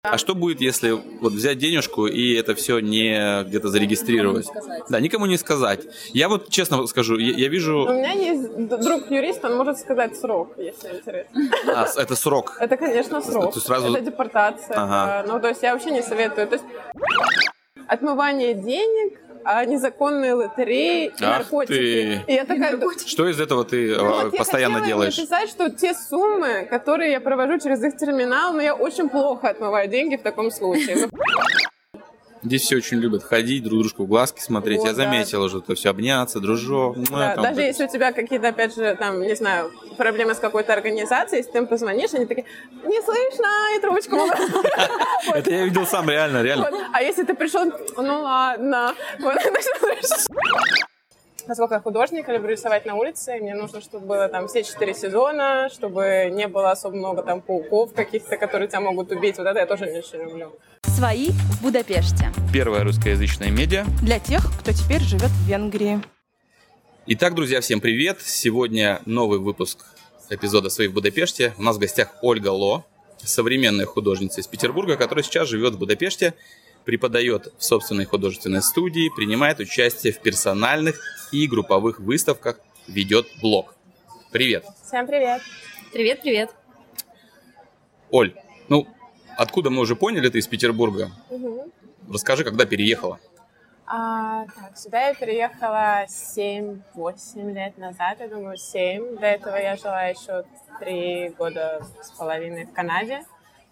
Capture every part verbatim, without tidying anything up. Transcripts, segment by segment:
А что будет, если вот взять денежку и это все не где-то зарегистрировать? Никому да, никому не сказать. Я вот честно скажу, я, я вижу... У меня есть друг юрист, он может сказать срок, если интересно. А, это срок? Это, конечно, срок. Это, сразу... это депортация. Ага. Ну, то есть я вообще не советую. То есть отмывание денег, а незаконные лотереи и Ах наркотики. Ты. И я такая... Что из этого ты ну, вот постоянно я делаешь? Я написать, что те суммы, которые я провожу через их терминал, но я очень плохо отмываю деньги в таком случае. Здесь все очень любят ходить, друг дружку в глазки смотреть. Вот, я заметил да. уже, то все обняться, дружок. Да, там, даже так. если у тебя какие-то, опять же, там, не знаю, проблемы с какой-то организацией, если ты им позвонишь, они такие, не слышно, и трубочку. Это я видел сам, реально, реально. А если ты пришел, ну ладно. Поскольку я художник, я люблю рисовать на улице, мне нужно, чтобы было там все четыре сезона, чтобы не было особо много там пауков каких-то, которые тебя могут убить. Вот это я тоже не очень люблю. Свои в Будапеште. Первое русскоязычное медиа. Для тех, кто теперь живет в Венгрии. Итак, друзья, всем привет. Сегодня новый выпуск эпизода «Свои в Будапеште». У нас в гостях Ольга Ло, современная художница из Петербурга, которая сейчас живет в Будапеште, преподает в собственной художественной студии, принимает участие в персональных и групповых выставках, ведет блог. Привет. Всем привет. Привет-привет. Оль, ну, откуда мы уже поняли, ты из Петербурга? Угу. Расскажи, когда переехала. А, так, сюда я переехала семь-восемь лет назад, я думаю, семь. До этого я жила еще три года с половиной в Канаде.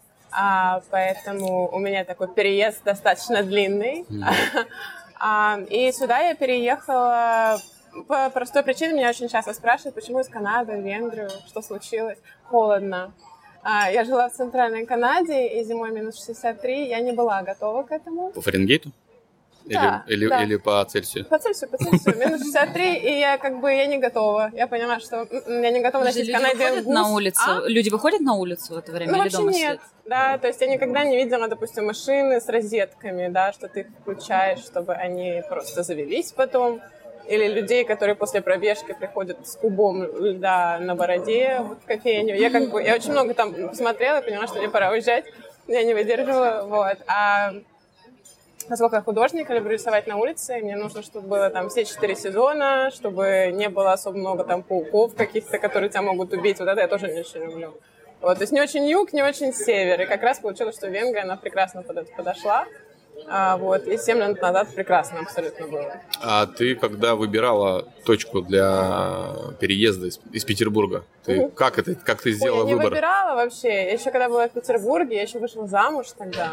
А, поэтому у меня такой переезд достаточно длинный. Mm-hmm. а, и сюда я переехала по простой причине. Меня очень часто спрашивают, почему из Канады в Венгрию, что случилось. Холодно. А, я жила в Центральной Канаде, и зимой минус шестьдесят три. Я не была готова к этому. По Фаренгейту? Да, или, или, да. или по Цельсию? По Цельсию, по Цельсию. минус шестьдесят три, и я как бы я не готова. Я поняла, что я не готова носить канадский гус. На улицу? А? Люди выходят на улицу в это время ну, или дома нет. сидят? Да, то есть я никогда не видела, допустим, машины с розетками, да, что ты их включаешь, чтобы они просто завелись потом. Или людей, которые после пробежки приходят с кубом льда на бороде в кофейню. Я как бы, я очень много там посмотрела и поняла, что мне пора уезжать. Я не выдерживала, вот. А поскольку я художник, я люблю рисовать на улице, мне нужно, чтобы было там все четыре сезона, чтобы не было особо много там пауков каких-то, которые тебя могут убить. Вот это я тоже не очень люблю. Вот, то есть не очень юг, не очень север. И как раз получилось, что Венгрия, она прекрасно под это подошла. А, вот, и семь лет назад прекрасно абсолютно было. А ты, когда выбирала точку для переезда из, из Петербурга, ты, угу. как, это, как ты сделала Ой, я выбор? Я не выбирала вообще. Я еще когда была в Петербурге, я еще вышла замуж тогда.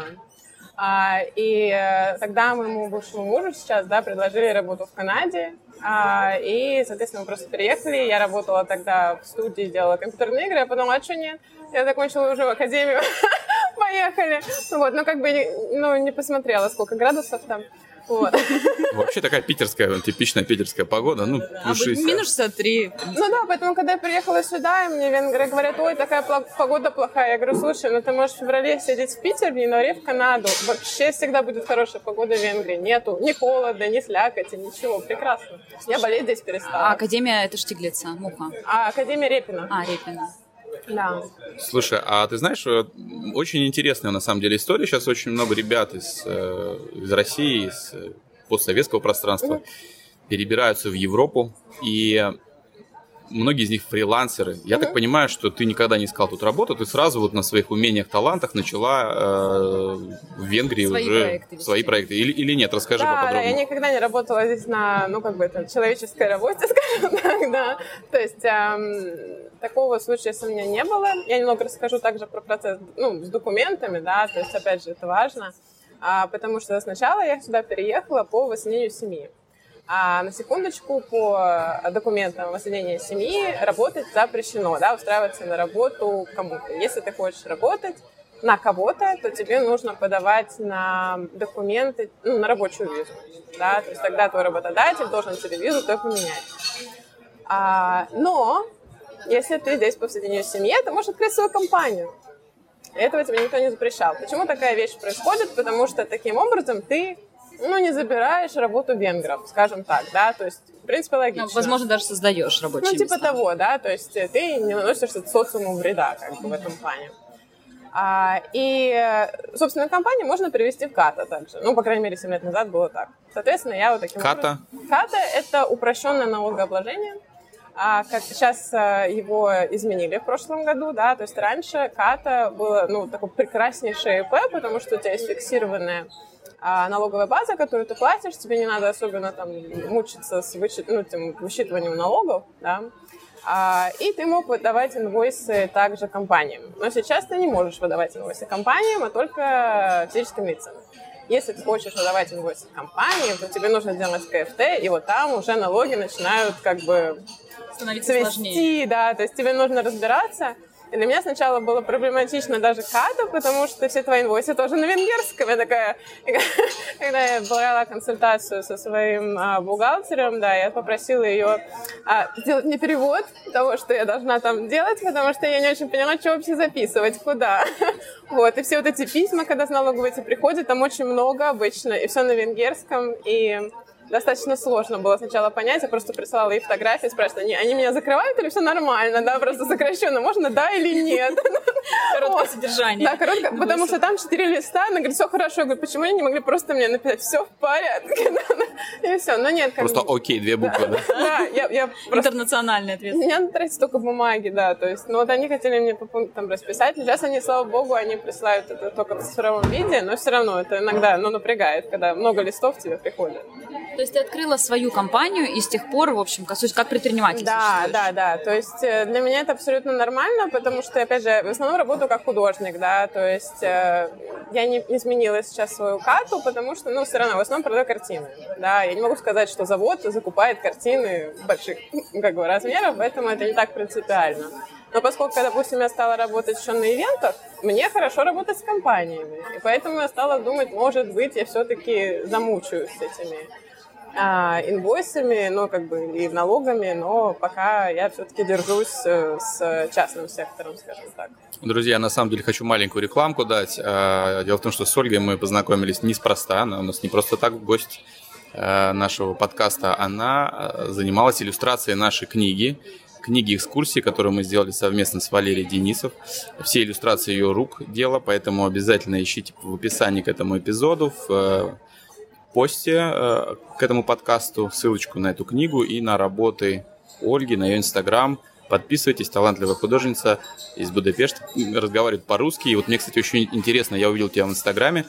А, и э, тогда моему бывшему мужу сейчас, да, предложили работу в Канаде. А, и, соответственно, мы просто переехали. Я работала тогда в студии, делала компьютерные игры. Я подумала, а что нет? Я закончила уже в академию. Поехали. Вот, но как бы ну, не посмотрела, сколько градусов там. Вот. Вообще такая питерская, типичная питерская погода, ну, плюс шестьдесят. Минус шестьдесят три. Ну да, поэтому, когда я приехала сюда, и мне венгры говорят, ой, такая погода плохая. Я говорю, слушай, ну ты можешь в феврале сидеть в Питере, в январе в Канаду. Вообще всегда будет хорошая погода в Венгрии. Нету ни холода, ни слякоти, ничего. Прекрасно. Я болеть здесь перестала. А Академия — это Штиглица, Муха? А Академия Репина. А, Репина. Да. Слушай, а ты знаешь, очень интересная на самом деле история. Сейчас очень много ребят из, из России, из постсоветского пространства mm-hmm. перебираются в Европу, и многие из них фрилансеры. Я mm-hmm. так понимаю, что ты никогда не искал тут работу, ты сразу вот на своих умениях, талантах начала э, в Венгрии свои уже проекты свои проекты. Или, или нет? Расскажи да, поподробнее. Да, я никогда не работала здесь на, ну, как бы это, человеческой работе, скажем так, да. То есть эм, такого случая со мной не было. Я немного расскажу также про процесс, ну, с документами, да, то есть, опять же, это важно, а, потому что сначала я сюда переехала по воссоединению семьи. А на секундочку, по документам воссоединения семьи работать запрещено, да, устраиваться на работу кому-то. Если ты хочешь работать на кого-то, то тебе нужно подавать на документы, ну, на рабочую визу, да, то есть тогда твой работодатель должен тебе визу только поменять. А, но если ты здесь по воссоединению семьи, ты можешь открыть свою компанию. Этого тебе никто не запрещал. Почему такая вещь происходит? Потому что таким образом ты, ну, не забираешь работу венгров, скажем так, да, то есть, в принципе, логично. Ну, возможно, даже создаешь рабочие места. Ну, типа места. того, да, то есть ты не наносишь социуму вреда, как бы, в этом плане. А, и собственную компанию можно перевести в ката также. Ну, по крайней мере, семь лет назад было так. Соответственно, я вот таким Ката? образом... Ката — это упрощенное налогообложение. А как сейчас его изменили в прошлом году, да, то есть раньше ката было, ну, такое прекраснейшее ИП, потому что у тебя есть фиксированная а, налоговая база, которую ты платишь, тебе не надо особенно там мучиться с вычет... ну, тем, высчитыванием налогов, да, а, и ты мог выдавать инвойсы также компаниям. Но сейчас ты не можешь выдавать инвойсы компаниям, а только физическим лицам. Если ты хочешь выдавать инвойсы компании, то тебе нужно делать КФТ, и вот там уже налоги начинают как бы становиться цвести, сложнее. Да, то есть тебе нужно разбираться. И для меня сначала было проблематично даже ката, потому что все твои инвойсы тоже на венгерском. Я такая, когда я брала консультацию со своим а, бухгалтером, да, я попросила ее а, сделать мне перевод того, что я должна там делать, потому что я не очень поняла, что вообще записывать, куда. Вот, и все вот эти письма, когда с налоговой приходят, там очень много обычно, и все на венгерском, и достаточно сложно было сначала понять, я просто присылала ей фотографии, спрашивала, они, они меня закрывают или все нормально, да, просто сокращенно, можно да или нет? Короткое содержание. Да, короткое, потому что там четыре листа, она говорит, все хорошо, я говорю, почему они не могли просто мне написать, все в порядке, и все, но нет. Просто окей, две буквы, да? Да, я просто... Интернациональный ответ. Мне надо тратить только бумаги, да, то есть, ну вот они хотели мне по пунктам расписать, но сейчас они, слава богу, они присылают это только в цифровом виде, но все равно это иногда, ну, напрягает, когда много листов тебе приходит. То есть ты открыла свою компанию и с тех пор, в общем, как предприниматель Да, существуешь? да, да. То есть для меня это абсолютно нормально, потому что, опять же, в основном работаю как художник, да, то есть э, я не изменила сейчас свою кату, потому что, ну, все равно в основном продаю картины, да, я не могу сказать, что завод закупает картины больших, как бы, размеров, поэтому это не так принципиально. Но поскольку, допустим, я стала работать еще на ивентах, мне хорошо работать с компаниями, и поэтому я стала думать, может быть, я все-таки замучаюсь с этими а, инвойсами, ну, как бы, и налогами, но пока я все-таки держусь с частным сектором, скажем так. Друзья, на самом деле хочу маленькую рекламку дать. Дело в том, что с Ольгой мы познакомились неспроста, она у нас не просто так гость нашего подкаста, она занималась иллюстрацией нашей книги, книги экскурсии, которую мы сделали совместно с Валерией Денисов. Все иллюстрации ее рук дело, поэтому обязательно ищите в описании к этому эпизоду, в посте э, к этому подкасту ссылочку на эту книгу и на работы Ольги, на ее инстаграм. Подписывайтесь, талантливая художница из Будапешта, разговаривает по-русски. И вот мне, кстати, очень интересно, я увидел тебя в инстаграме.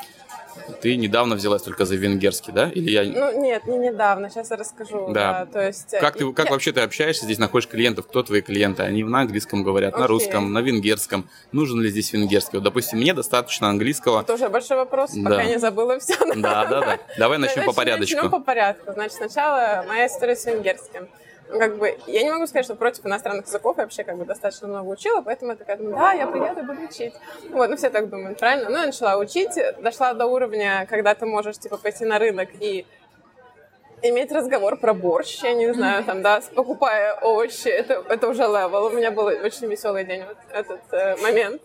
Ты недавно взялась только за венгерский, да? Или я... Ну, нет, не недавно, сейчас я расскажу. Да. Да, то есть... Как, ты, как я... вообще ты общаешься здесь, находишь клиентов? Кто твои клиенты? Они на английском говорят, okay. на русском, на венгерском. Нужен ли здесь венгерский? Вот, допустим, мне достаточно английского. Это уже большой вопрос, да. пока не забыла все. Да, да, да. Давай начнем по порядочку. Начнем по порядку. Значит, сначала моя история с венгерским. Как бы, я не могу сказать, что против иностранных языков я вообще как бы достаточно много учила, поэтому я такая думаю, да, я приеду и буду учить. Вот, ну все так думают, правильно? Ну, я начала учить, дошла до уровня, когда ты можешь, типа, пойти на рынок и иметь разговор про борщ, я не знаю, там, да, покупая овощи, это, это уже левел. У меня был очень веселый день, вот этот э, момент.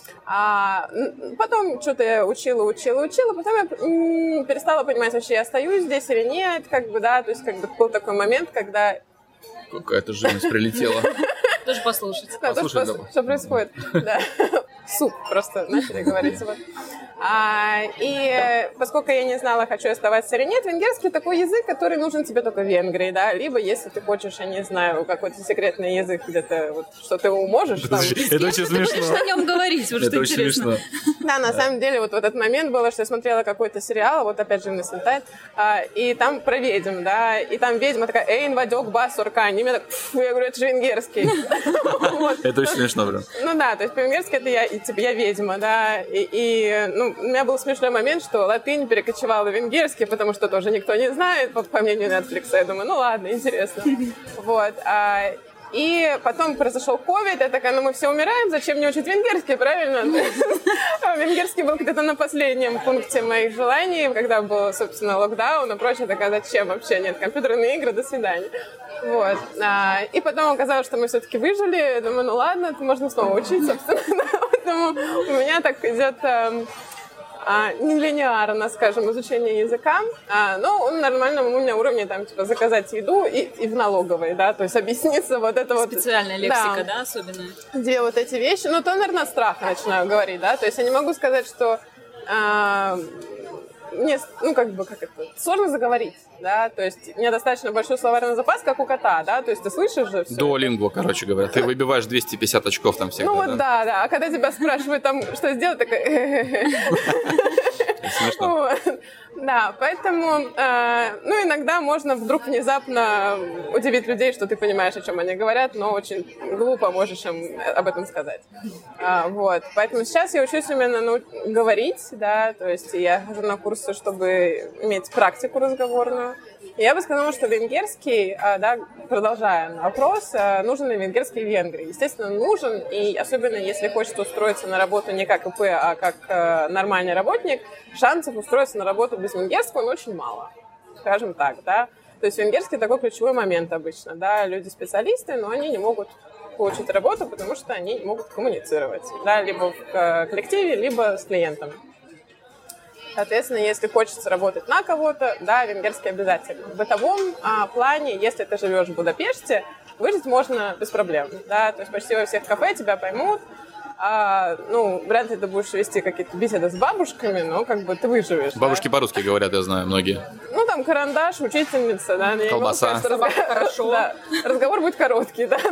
А потом что-то я учила, учила, учила, потом я м- перестала понимать, вообще я остаюсь здесь или нет, как бы, да, то есть как бы был такой момент, когда... Какая-то живность прилетела. Тоже послушать. Да, Послушай, тоже, что происходит. Да. Суп просто начали говорить. Вот. А, и поскольку я не знала, хочу оставаться или нет, венгерский такой язык, который нужен тебе только в Венгрии, да, либо если ты хочешь, я не знаю, какой-то секретный язык где-то, вот, что ты его можешь там... Это очень смешно. Что о нем говорить, вот что интересно. Да, на самом деле, вот в этот момент было, что я смотрела какой-то сериал, вот опять же «Инес летает», и там про ведьм, да, и там ведьма такая «Эйн вадёк бас оркань», и мне так, я говорю, это же венгерский. Это очень смешно, прям. Ну да, то есть по-венгерски это я, типа, я ведьма, да, и, ну, у меня был смешной момент, что латынь перекочевала в венгерский, потому что тоже никто не знает, по, по мнению Netflix. Я думаю, ну ладно, интересно. Вот. А, и потом произошел ковид, я такая, ну мы все умираем, зачем мне учить венгерский, правильно? Венгерский был где-то на последнем пункте моих желаний, когда был, собственно, локдаун и прочее, такая, зачем вообще? Нет, компьютерные игры, до свидания. Вот. А, и потом оказалось, что мы все-таки выжили. Я думаю, ну ладно, это можно снова учить, собственно. Поэтому у меня так идет... а, нелинеарно, скажем, изучение языка, а, но он на нормальном у меня уровне, там, типа, заказать еду и, и в налоговой, да, то есть объясниться вот это вот... Специальная лексика, да, да особенно? Две вот эти вещи, ну, то, наверное, страх начинаю говорить, да, то есть я не могу сказать, что... А, мне, ну, как бы, как это, сложно заговорить, да, то есть у меня достаточно большой словарный запас, как у кота, да, то есть ты слышишь же все. Duolingo, короче говоря, ты выбиваешь двести пятьдесят очков там всегда, Ну, вот да, да, а когда тебя спрашивают там, что сделать, такая... Смешно. Да, поэтому, э, ну, иногда можно вдруг внезапно удивить людей, что ты понимаешь, о чем они говорят, но очень глупо можешь им об этом сказать. А, вот, поэтому сейчас я учусь именно ну, говорить, да, то есть я хожу на курсы, чтобы иметь практику разговорную. И я бы сказала, что венгерский, да, продолжая вопрос, нужен ли венгерский в Венгрии? Естественно, нужен, и особенно если хочется устроиться на работу не как ИП, а как нормальный работник, шансов устроиться на работу без венгерского ну, очень мало, скажем так, да. То есть венгерский такой ключевой момент обычно, да, люди специалисты, но они не могут получить работу, потому что они не могут коммуницировать, да, либо в коллективе, либо с клиентом. Соответственно, если хочется работать на кого-то, да, венгерский обязательно. В бытовом а, плане, если ты живешь в Будапеште, выжить можно без проблем, да, то есть почти во всех кафе тебя поймут, а, ну, вряд ли ты будешь вести какие-то беседы с бабушками, но как бы ты выживешь. Бабушки да? по-русски говорят, я знаю, многие. Ну, там карандаш, учительница, да. Колбаса. Разговор... Хорошо. Да, разговор будет короткий, да.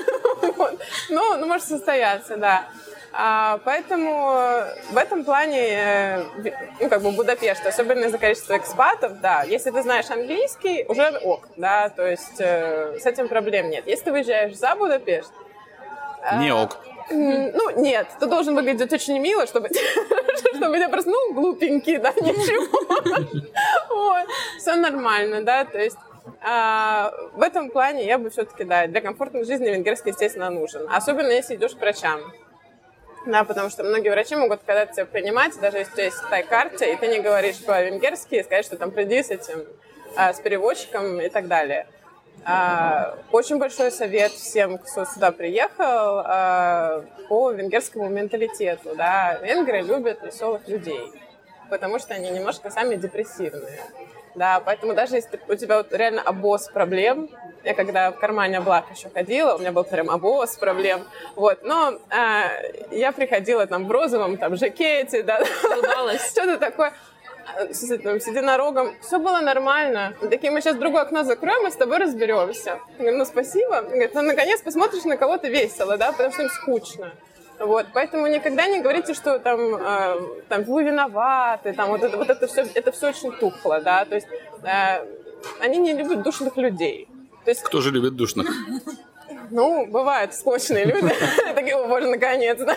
Ну, ну, может состояться, да. А, поэтому в этом плане, ну, как бы Будапешт, особенно из-за количества экспатов, да, если ты знаешь английский, уже ок, да, то есть э, с этим проблем нет. Если ты выезжаешь за Будапешт... Не ок. Э, ну, нет, ты должен выглядеть очень мило, чтобы, чтобы тебя просто, ну, глупенький, да, ничего. Вот, все нормально, да, то есть... А, в этом плане я бы все-таки, да, для комфортной жизни венгерский, естественно, нужен. Особенно, если идешь к врачам. Да, потому что многие врачи могут когда-то тебя принимать, даже если у тебя есть тай-карта, и ты не говоришь по-венгерски, и сказать, что там приди с этим, а, с переводчиком и так далее. А, очень большой совет всем, кто сюда приехал, а, по венгерскому менталитету. Да. Венгры любят веселых людей, потому что они немножко сами депрессивные. Да, поэтому даже если у тебя вот реально обоз проблем, я когда в кармане облак еще ходила, у меня был прям обоз проблем, вот, но а, я приходила там в розовом там жакете, да, что-то такое, с этим, с единорогом, все было нормально. Такие, мы сейчас другое окно закроем, и с тобой разберемся. Я говорю, ну спасибо. Он говорит, ну наконец посмотришь на кого-то весело, да, потому что им скучно. Вот, поэтому никогда не говорите, что там, э, там вы виноваты, там вот это, вот это все, это все очень тухло, да, то есть э, они не любят душных людей. То есть, кто же любит душных? Ну, бывают скучные люди, такие, о боже, наконец, да.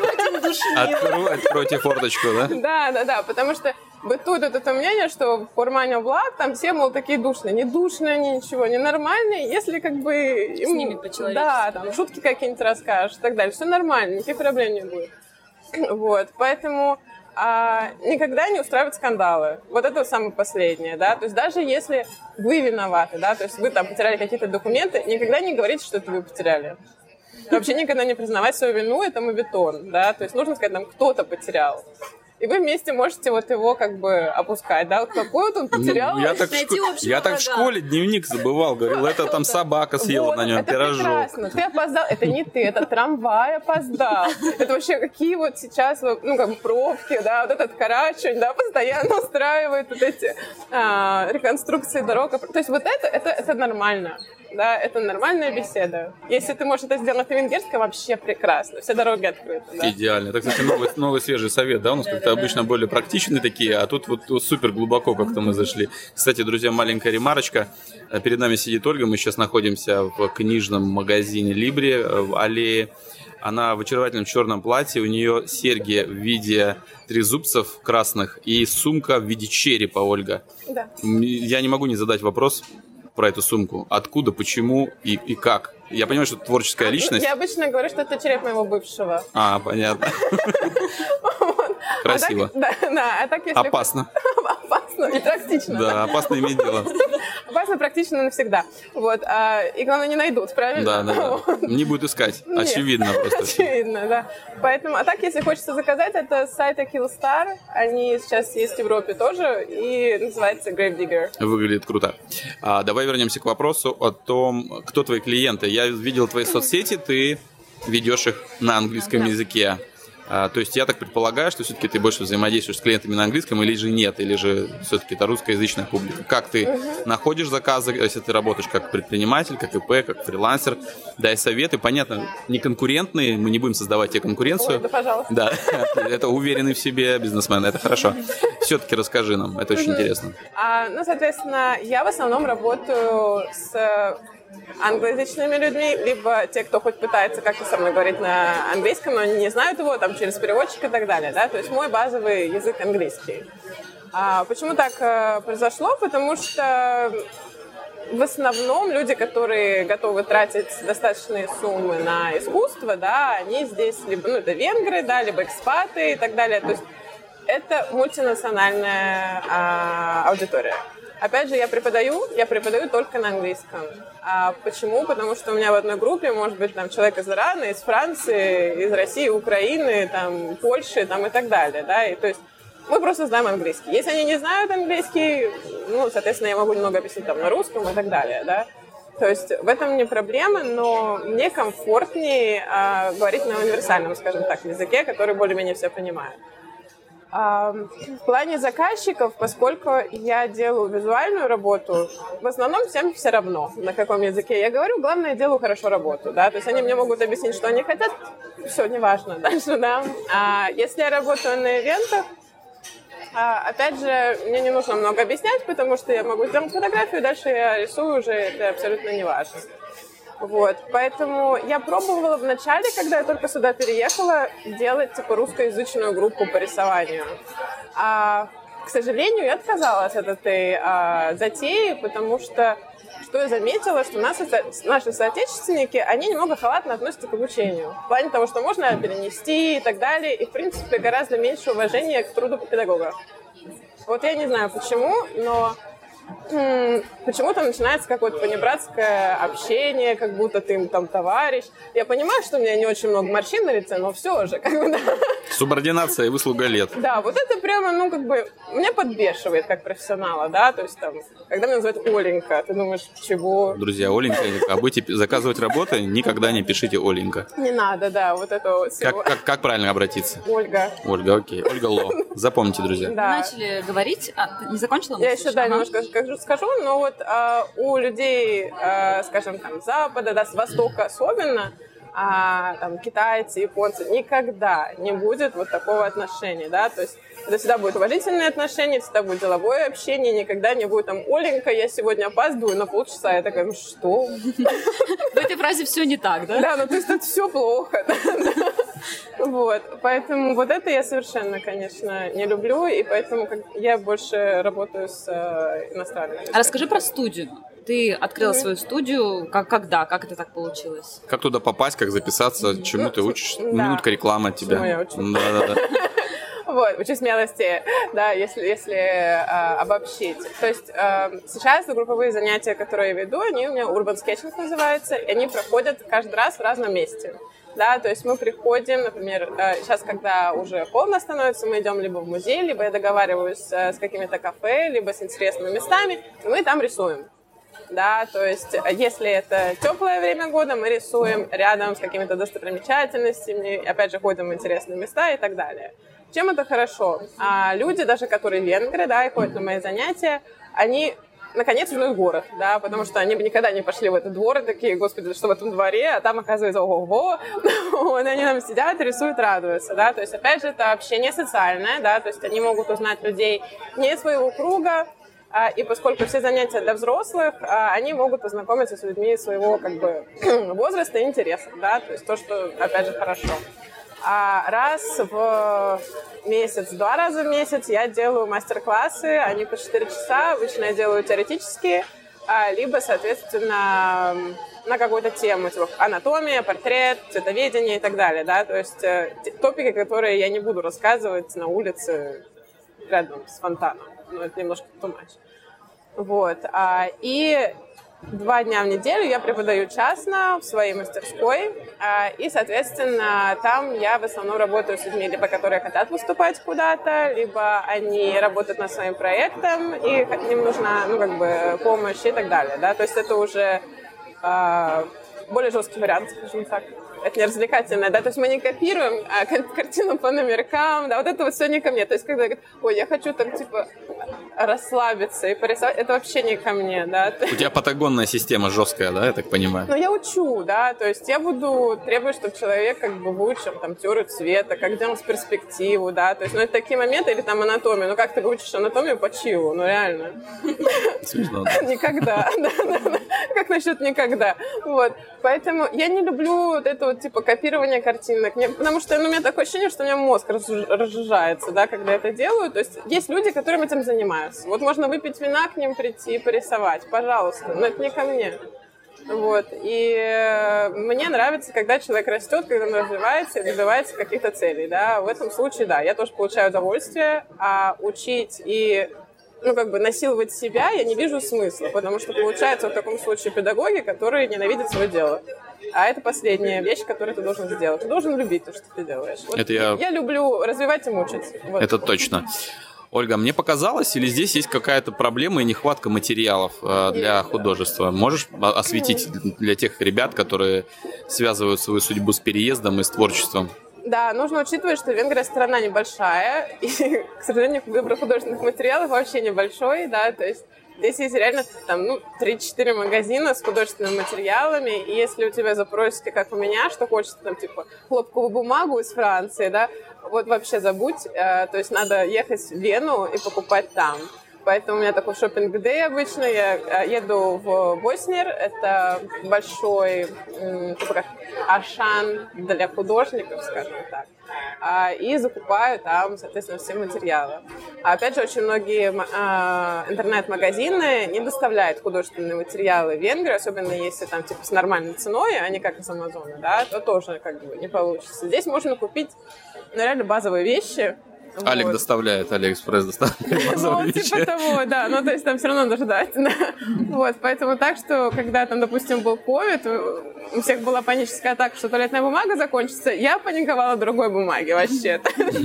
Откройте форточку, да? Да, да, да, потому что бытует это мнение, что в Формане Благ там все, мол, такие душные. Не душные они, ничего, не нормальные, если как бы... С ними по-человечески. Да, там, шутки какие-нибудь расскажешь и так далее. Все нормально, никаких проблем не будет. Вот, поэтому а, никогда не устраивать скандалы. Вот это самое последнее, да. То есть даже если вы виноваты, да, то есть вы там потеряли какие-то документы, никогда не говорите, что это вы потеряли. Вообще никогда не признавать свою вину, это моветон, да. То есть нужно сказать, там, кто-то потерял. И вы вместе можете вот его как бы опускать, да, вот какой вот он потерял. Ну, я так, в, шко... я так в школе дневник забывал, говорил, это там собака съела вот, на нем это пирожок. Прекрасно. Ты опоздал, это не ты, это трамвай опоздал. Это вообще какие вот сейчас, ну, как бы пробки, да, вот этот Карачунь, да, постоянно устраивает вот эти а, реконструкции дорог. То есть вот это, это, это нормально. Да, это нормальная беседа. Если ты можешь это сделать на венгерском, вообще прекрасно. Все дороги открыты. Да? Идеально. Это, кстати, новый, новый свежий совет, да? У нас как-то обычно более практичные такие, а тут вот, вот супер глубоко как-то мы зашли. Кстати, друзья, маленькая ремарочка. Перед нами сидит Ольга. Мы сейчас находимся в книжном магазине Либри в аллее. Она в очаровательном черном платье. У нее серьги в виде трезубцев красных и сумка в виде черепа, Ольга. Да. Я не могу не задать вопрос про эту сумку. Откуда, почему и, и как? Я понимаю, что это творческая личность. Я обычно говорю, что это череп моего бывшего. А, понятно. Красиво. А так, да, да, а так если... Опасно. Опасно и практично. Да, опасно иметь дело. Опасно практично навсегда. Вот. А, и главное, не найдут, правильно? Да, да, да. Не будут искать. Нет. Очевидно просто. Очевидно, да. Поэтому, а так, если хочется заказать, это с сайта Killstar. Они сейчас есть в Европе тоже. И называется Gravedigger. Выглядит круто. А, давай вернемся к вопросу о том, кто твои клиенты. Я видел твои соцсети, ты ведешь их на английском языке. А, то есть я так предполагаю, что все-таки ты больше взаимодействуешь с клиентами на английском, или же нет, или же все-таки это русскоязычная публика. Как ты uh-huh. находишь заказы, если ты работаешь как предприниматель, как ИП, как фрилансер? Дай советы. Понятно, не конкурентные, мы не будем создавать тебе конкуренцию. Ой, да, пожалуйста. Да, это уверенный в себе бизнесмен, это хорошо. Все-таки расскажи нам, это очень интересно. А, ну, соответственно, я в основном работаю с англоязычными людьми, либо те, кто хоть пытается как-то со мной говорить на английском, но не знают его, там, через переводчик и так далее, да, то есть мой базовый язык английский. А почему так э, произошло? Потому что в основном люди, которые готовы тратить достаточные суммы на искусство, да, они здесь либо, ну, это венгры, да, либо экспаты и так далее, то есть это мультинациональная а, аудитория. Опять же, я преподаю, я преподаю только на английском. А почему? Потому что у меня в одной группе может быть там человек из Ирана, из Франции, из России, Украины, там, Польши там, и так далее. Да? И, то есть мы просто знаем английский. Если они не знают английский, ну, соответственно, я могу немного объяснить там, на русском и так далее. Да? То есть в этом не проблема, но мне комфортнее а, говорить на универсальном, скажем так, языке, который более-менее все понимает. В плане заказчиков, поскольку я делаю визуальную работу, в основном всем все равно, на каком языке я говорю, главное, я делаю хорошо работу, да, то есть они мне могут объяснить, что они хотят, все, неважно дальше, да. А если я работаю на ивентах, опять же, мне не нужно много объяснять, потому что я могу сделать фотографию, дальше я рисую уже, это абсолютно неважно. Вот, поэтому я пробовала вначале, когда я только сюда переехала, делать типа русскоязычную группу по рисованию. А, к сожалению, я отказалась от этой а, затеи, потому что, что я заметила, что наши, наши соотечественники, они немного халатно относятся к обучению. В плане того, что можно перенести и так далее, и, в принципе, гораздо меньше уважения к труду педагога. Вот я не знаю почему, но... почему-то начинается какое-то понебратское общение, как будто ты им там товарищ. Я понимаю, что у меня не очень много морщин на лице, но все же, как бы, да. Субординация и выслуга лет. Да, вот это прямо, ну, как бы, меня подбешивает как профессионала, да, то есть там, когда меня называют Оленька, ты думаешь, чего? Друзья, Оленька, а будете заказывать работы, никогда не пишите Оленька. Не надо, да, вот это вот всего. Как, как, как правильно обратиться? Ольга. Ольга, окей. Ольга Ло. Запомните, друзья. Да. Начали говорить, а ты не закончила? Я еще, да, ага. немножко скажу, скажу но вот а, у людей, а, скажем, там, с Запада, да, с Востока особенно, а, там, китайцы, японцы, никогда не будет вот такого отношения, да, то есть это всегда будет уважительное отношение, всегда будет деловое общение, никогда не будет там, Оленька, я сегодня опаздываю на полчаса, я такая, ну что? В этой фразе все не так, да? Да, ну то есть это все плохо, вот, поэтому вот это я совершенно, конечно, не люблю, и поэтому я больше работаю с иностранными. А расскажи про студию. Ты открыла mm-hmm. свою студию, как, когда, как это так получилось? Как туда попасть, как записаться, чему ну, ты учишь? Да. Минутка рекламы от тебя. Чему я учу? Да, да, да. Вот, учусь смелости, да, если, если э, обобщить. То есть э, сейчас групповые занятия, которые я веду, они у меня Urban Sketching называются, и они проходят каждый раз в разном месте. Да, то есть мы приходим, например, э, сейчас, когда уже холодно становится, мы идем либо в музей, либо я договариваюсь э, с какими-то кафе, либо с интересными местами, и мы там рисуем. Да, то есть, если это теплое время года, мы рисуем рядом с какими-то достопримечательностями, опять же, ходим в интересные места и так далее. Чем это хорошо? А люди, даже которые венгры, да, и ходят на мои занятия, они наконец узнают город, да, потому что они бы никогда не пошли в этот двор, и такие, господи, что в этом дворе, а там, оказывается, ого-го, вот, они там сидят, рисуют, радуются, да, то есть, опять же, это общение социальное, да, то есть, они могут узнать людей не из своего круга, и поскольку все занятия для взрослых, они могут познакомиться с людьми своего, как бы, возраста и интересов, да, то есть, то, что, опять же, хорошо. А раз в месяц, два раза в месяц я делаю мастер-классы, они по четыре часа, обычно я делаю теоретические, либо, соответственно, на какую-то тему, типа анатомия, портрет, цветоведение и так далее, да, то есть э, топики, которые я не буду рассказывать на улице рядом с фонтаном, ну, это немножко too much. Вот, а, и два дня в неделю я преподаю частно в своей мастерской, а, и, соответственно, там я в основном работаю с людьми, либо которые хотят выступать куда-то, либо они работают над своим проектом, и им нужна, ну, как бы, помощь и так далее, да, то есть это уже а, более жесткий вариант, скажем так. Это не развлекательное, да, то есть мы не копируем а, картину по номеркам, да, вот это вот все не ко мне, то есть когда говорят, ой, я хочу там, типа, расслабиться и порисовать, это вообще не ко мне, да. У тебя патагонная система жесткая, да, я так понимаю? Ну, я учу, да, то есть я буду требовать, чтобы человек как бы выучил там теорию цвета, как делать перспективу, да, то есть, ну, это такие моменты, или там анатомию, ну, как ты выучишь анатомию по чилу, ну, реально. Смешно, да. Никогда, да, да, да, как насчет никогда, вот, поэтому я не люблю вот это вот, типа, копирование картинок, не, потому что, ну, у меня такое ощущение, что у меня мозг разжижается, да, когда я это делаю, то есть есть люди, которым этим занимаются. Вот можно выпить вина, к ним прийти и порисовать, пожалуйста, но это не ко мне. Вот. И мне нравится, когда человек растет, когда он развивается и добивается каких-то целей. Да? В этом случае, да, я тоже получаю удовольствие, а учить и, ну, как бы насиловать себя я не вижу смысла, потому что получается в таком случае педагоги, которые ненавидят свое дело. А это последняя вещь, которую ты должен сделать. Ты должен любить то, что ты делаешь. Вот это я... я люблю развивать и мучить. Вот. Это точно. Ольга, мне показалось, или здесь есть какая-то проблема и нехватка материалов э, для художества? Можешь осветить для тех ребят, которые связывают свою судьбу с переездом и с творчеством? Да, нужно учитывать, что Венгрия страна небольшая, и, к сожалению, выбор художественных материалов вообще небольшой, да, то есть здесь есть реально там, ну, три-четыре магазина с художественными материалами, и если у тебя запросики, как у меня, что хочется, там, типа, хлопковую бумагу из Франции, да, вот вообще забудь, э, то есть надо ехать в Вену и покупать там. Поэтому у меня такой шоппинг-дэй обычно. Я еду в Боснер, это большой, типа как Ашан для художников, скажем так, и закупаю там, соответственно, все материалы. А опять же, очень многие интернет-магазины не доставляют художественные материалы в Венгрию, особенно если там типа с нормальной ценой, а не как из Амазона, да, то тоже как бы не получится. Здесь можно купить, ну, реально базовые вещи. Алик вот. доставляет, Алиэкспресс доставляет базовые вещи. Ну, типа того, да, ну, то есть там все равно надо ждать, да. Вот, поэтому так, что, когда там, допустим, был ковид, у всех была паническая атака, что туалетная бумага закончится, я паниковала другой бумаги вообще.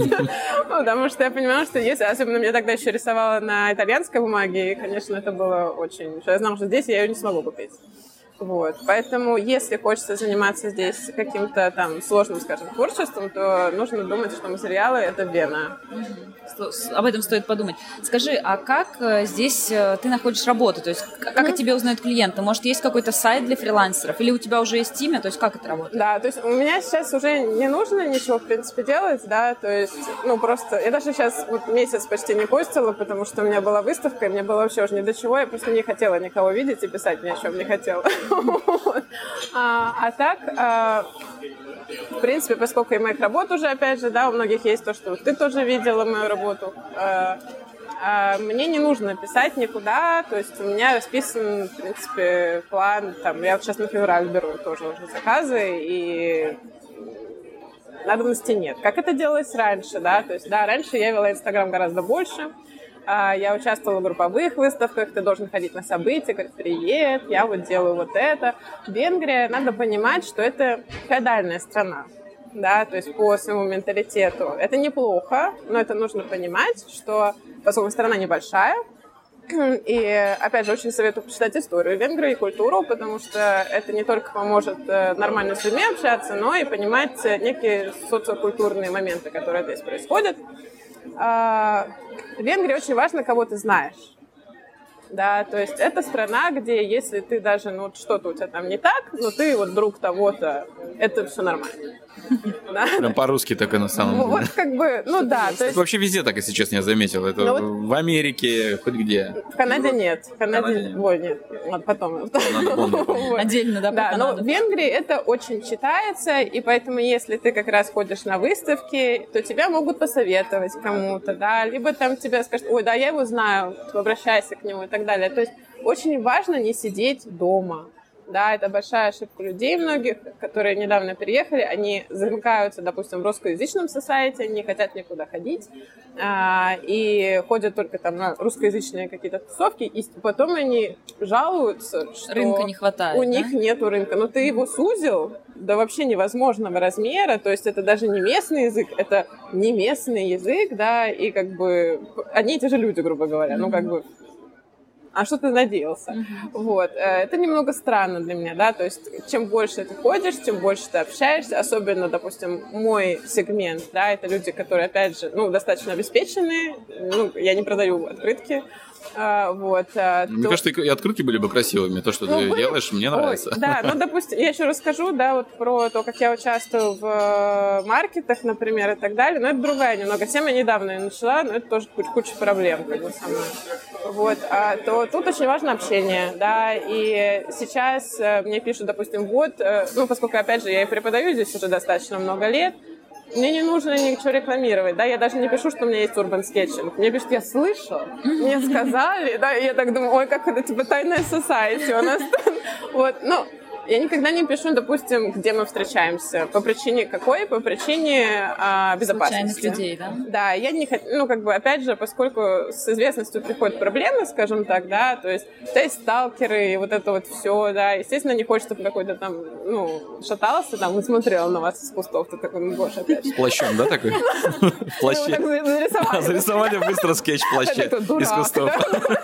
Потому что я понимала, что если, особенно я тогда еще рисовала на итальянской бумаге, и, конечно, это было очень... Я знала, что здесь я ее не смогу купить. Вот. Поэтому, если хочется заниматься здесь каким-то там сложным, скажем, творчеством, то нужно думать, что материалы — это Вена. Об этом стоит подумать. Скажи, а как здесь ты находишь работу? То есть как mm-hmm. о тебе узнают клиенты? Может, есть какой-то сайт для фрилансеров? Или у тебя уже есть имя? То есть как это работает? Да, то есть у меня сейчас уже не нужно ничего, в принципе, делать, да, то есть, ну, просто... Я даже сейчас вот месяц почти не постила, потому что у меня была выставка, и мне было вообще уже ни до чего, я просто не хотела никого видеть и писать ни о чем не хотела. А, а так, а, в принципе, поскольку и моих работ уже, опять же, да, у многих есть то, что ты тоже видела мою работу, а, а, мне не нужно писать никуда, то есть у меня расписан, в принципе, план, там, я вот сейчас на февраль беру тоже уже заказы, и надобности нет. Как это делалось раньше, да, то есть, да, раньше я вела Инстаграм гораздо больше. Я участвовала в групповых выставках, ты должен ходить на события, как привет, я вот делаю вот это. Венгрия, надо понимать, что это феодальная страна, да, то есть по своему менталитету. Это неплохо, но это нужно понимать, что поскольку страна небольшая, и, опять же, очень советую почитать историю Венгрии и культуру, потому что это не только поможет нормально с людьми общаться, но и понимать некие социокультурные моменты, которые здесь происходят. В Венгрии очень важно, кого ты знаешь. Да, то есть это страна, где если ты даже, ну, что-то у тебя там не так, но ты вот друг того-то, это все нормально. Да? Прям по-русски так и на самом деле. Вот как бы, ну да. То есть... Вообще везде так, если честно, я заметил. Это ну, вот... в Америке, хоть где. В Канаде нет. В Канаде, нет. Ой, нет, ладно, потом. Вот. Отдельно, да, да, но в Венгрии это очень читается, и поэтому если ты как раз ходишь на выставки, то тебя могут посоветовать кому-то, да, либо там тебе скажут, ой, да, я его знаю, обращайся к нему и так далее. То есть очень важно не сидеть дома. Да, это большая ошибка людей многих, которые недавно переехали, они замыкаются, допустим, в русскоязычном сосайте, не хотят никуда ходить, а, и ходят только там на русскоязычные какие-то тусовки, и потом они жалуются, что рынка не хватает, у да? них нету рынка. Но ты его сузил до вообще невозможного размера, то есть это даже не местный язык, это не местный язык, да, и как бы одни и те же люди, грубо говоря, mm-hmm. ну как бы а что ты надеялся? Mm-hmm. Вот. Это немного странно для меня, да, то есть чем больше ты ходишь, чем больше ты общаешься, особенно, допустим, мой сегмент, да, это люди, которые, опять же, ну, достаточно обеспеченные, ну, я не продаю открытки, а, вот. А, мне то... кажется, и открытки были бы красивыми, то, что ну, ты были... делаешь, мне нравится. Ой, да, ну, допустим, я еще расскажу, да, вот про то, как я участвую в маркетах, например, и так далее, но это другая немного тема, недавно я начала, но это тоже куча проблем, как бы, со мной. Вот, а, то тут очень важно общение, да, и сейчас э, мне пишут, допустим, вот, э, ну, поскольку, опять же, я и преподаю здесь уже достаточно много лет, мне не нужно ничего рекламировать, да, я даже не пишу, что у меня есть Urban Sketching, мне пишут, я слышал, мне сказали, да, и я так думаю, ой, как это, типа, тайная society у нас, вот, ну, я никогда не пишу, допустим, где мы встречаемся. По причине какой? По причине а, безопасности. Случайных людей, да? Да, я не хочу, ну, как бы, опять же, поскольку с известностью приходят проблемы, скажем так, да, то есть у тебя есть сталкеры и вот это вот все, да, естественно, не хочешь, чтобы какой-то там, ну, шатался там и смотрел на вас из кустов, ты такой, ну, Гоша, опять. С плащом, да, такой? В плаще. Зарисовали быстро скетч в плаще из кустов.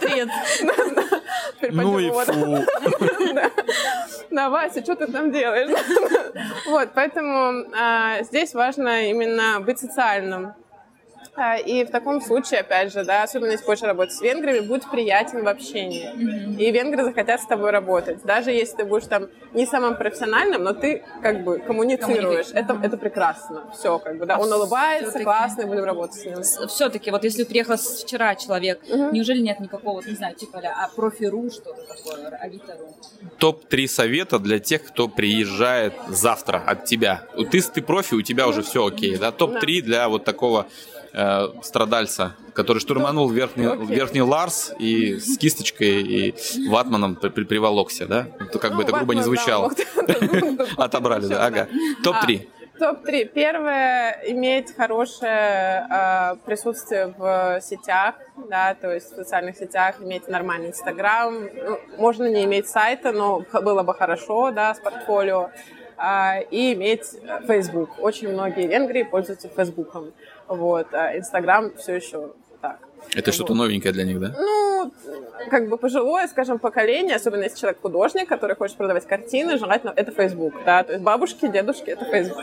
Ну и фу. Да, Вася, что ты там делаешь? Вот, поэтому а, здесь важно именно быть социальным. А, и в таком случае, опять же, да, особенно если хочешь работать с венграми, будь приятен в общении. Mm-hmm. И венгры захотят с тобой работать. Даже если ты будешь там не самым профессиональным, но ты как бы коммуницируешь. Это, mm-hmm. это прекрасно. Все, как бы, да. Он улыбается, все-таки... классно, и будем работать с ним. Все-таки, вот если приехал вчера человек, mm-hmm. неужели нет никакого, не знаю, типа, а профи.ру, что-то такое, авито.ру? топ три совета для тех, кто приезжает завтра от тебя. Ты, ты профи, у тебя mm-hmm. уже все окей, да? топ три да. для вот такого э, страдальца, который штурманул верхний, okay. верхний Ларс и с кисточкой и ватманом при, при, приволокся, да? То как бы это грубо не звучало. Отобрали, да? Ага. топ три. топ три. Первое, иметь хорошее э, присутствие в сетях, да, то есть в социальных сетях, иметь нормальный Инстаграм. Ну, можно не иметь сайта, но было бы хорошо, да, с портфолио. Э, и иметь Facebook. Очень многие в Венгрии пользуются Фейсбуком. Вот. А Инстаграм все еще так. Это что-то новенькое для них, да? Ну, как бы пожилое, скажем, поколение, особенно если человек художник, который хочет продавать картины, желательно это Facebook, да, то есть бабушки, дедушки, это Facebook.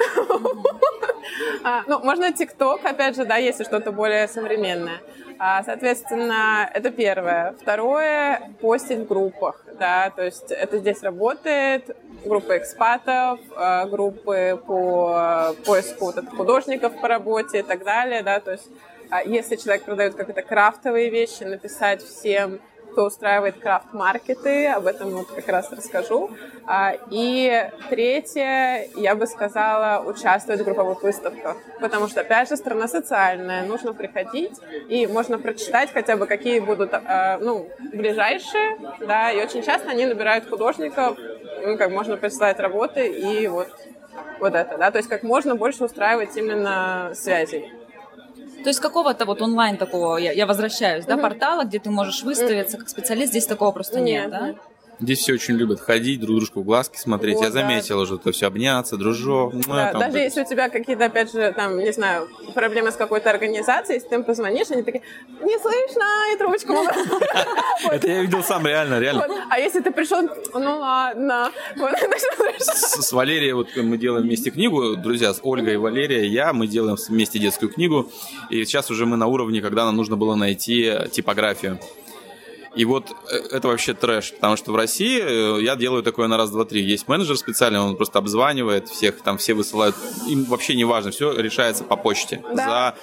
Ну, можно ТикТок, опять же, да, если что-то более современное. Соответственно, это первое. Второе, постить в группах, да, то есть это здесь работает, группы экспатов, группы по поиску вот художников по работе и так далее, да, то есть если человек продает какие-то крафтовые вещи, написать всем, кто устраивает крафт-маркеты, об этом вот как раз расскажу. И третье, я бы сказала, участвовать в групповых выставках, потому что, опять же, страна социальная, нужно приходить, и можно прочитать хотя бы, какие будут, ну, ближайшие, да, и очень часто они набирают художников, ну, как можно присылать работы, и вот, вот это, да, то есть как можно больше устраивать именно связей. То есть какого-то вот онлайн такого, я, я возвращаюсь, да, mm-hmm. портала, где ты можешь выставиться как специалист, здесь такого просто нет, нет да? Нет. Здесь все очень любят ходить, друг дружку в глазки смотреть. Вот, я заметила да. уже, то все обняться, дружок. Да, даже вот если у тебя какие-то, опять же, там, не знаю, проблемы с какой-то организацией, если ты им позвонишь, они такие, не слышно, и трубочку. Это я видел сам, реально, реально. А если ты пришел, ну ладно. С Валерией, вот мы делаем вместе книгу, друзья, с Ольгой и Валерией, я, мы делаем вместе детскую книгу. И сейчас уже мы на уровне, когда нам нужно было найти типографию. И вот это вообще трэш, потому что в России я делаю такое на раз, два, три. Есть менеджер специальный, он просто обзванивает всех, там все высылают, им вообще не важно, все решается по почте. Да. За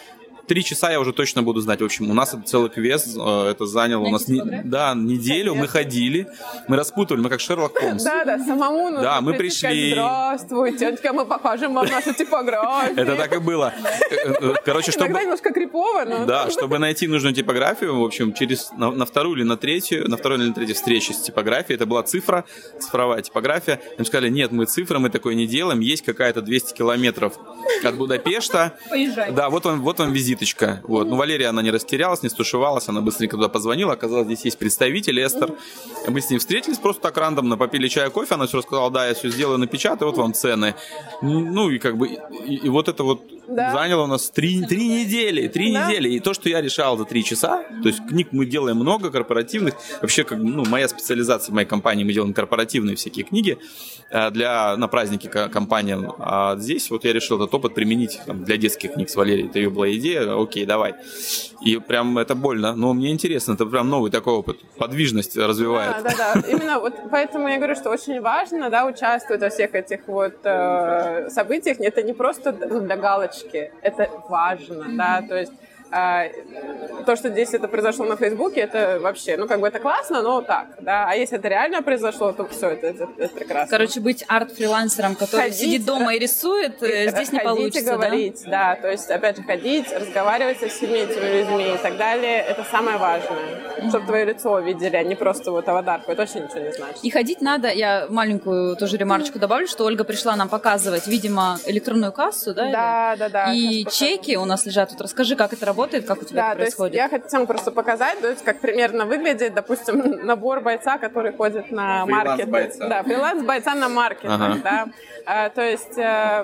три часа я уже точно буду знать. В общем, у нас это целый квест, это заняло у нас не, да, неделю, мы ходили, мы распутывали, мы как Шерлок Холмс. Да, да, самому нужно да, мы пришли. Здравствуйте, мы покажем вам нашу типографию. Это так и было. Короче, чтобы... Иногда немножко крипово, но... Да, чтобы найти нужную типографию, в общем, через на, на вторую или на третью, на второй или на третью встрече с типографией, это была цифра, цифровая типография. Им сказали, нет, мы цифры, мы такое не делаем, есть какая-то двести километров от Будапешта. Поезжай. Да, вот вам, вот вам визиточка. Вот. Ну, Валерия, она не растерялась, не стушевалась, она быстренько туда позвонила, оказалось, здесь есть представитель Эстер. Мы с ней встретились просто так рандомно, попили чай, кофе, она все рассказала, да, я все сделаю, напечатаю, вот вам цены. Ну, и как бы, и, и вот это вот да. заняло у нас три, три недели, три да. недели. И то, что я решал за три часа, то есть книг мы делаем много, корпоративных. Вообще, как, ну, моя специализация в моей компании, мы делаем корпоративные всякие книги для, на праздники компаниям. А здесь вот я решил этот опыт применить там, для детских книг с Валерией. Это ее была идея, окей, давай. И прям это больно, но мне интересно, это прям новый такой опыт. Подвижность развивает. Да, да, да. Именно вот поэтому я говорю, что очень важно, да, участвовать во всех этих вот э, событиях. Это не просто для галочки, это важно, да, то есть А, то, что здесь это произошло на Фейсбуке, это вообще, ну, как бы это классно, но так, да, а если это реально произошло, то все, это, это, это прекрасно. Короче, быть арт-фрилансером, который ходить, сидит дома и рисует, здесь не получится, да? говорить, да, то есть, опять же, ходить, разговаривать со всеми этими людьми и так далее, это самое важное, mm-hmm. чтобы твое лицо видели, а не просто вот аватарку, это вообще ничего не значит. И ходить надо, я маленькую тоже ремарочку добавлю, что Ольга пришла нам показывать, видимо, электронную кассу, да? Да, или? да, да. И чеки у нас лежат тут, расскажи, как это работает. Работает, как у тебя да, это происходит? То есть я хотела просто показать, то есть, как примерно выглядит, допустим, набор бойца, который ходит на маркет. Бойца. Да, фриланс бойца на маркетах, ага. да. А, то есть а,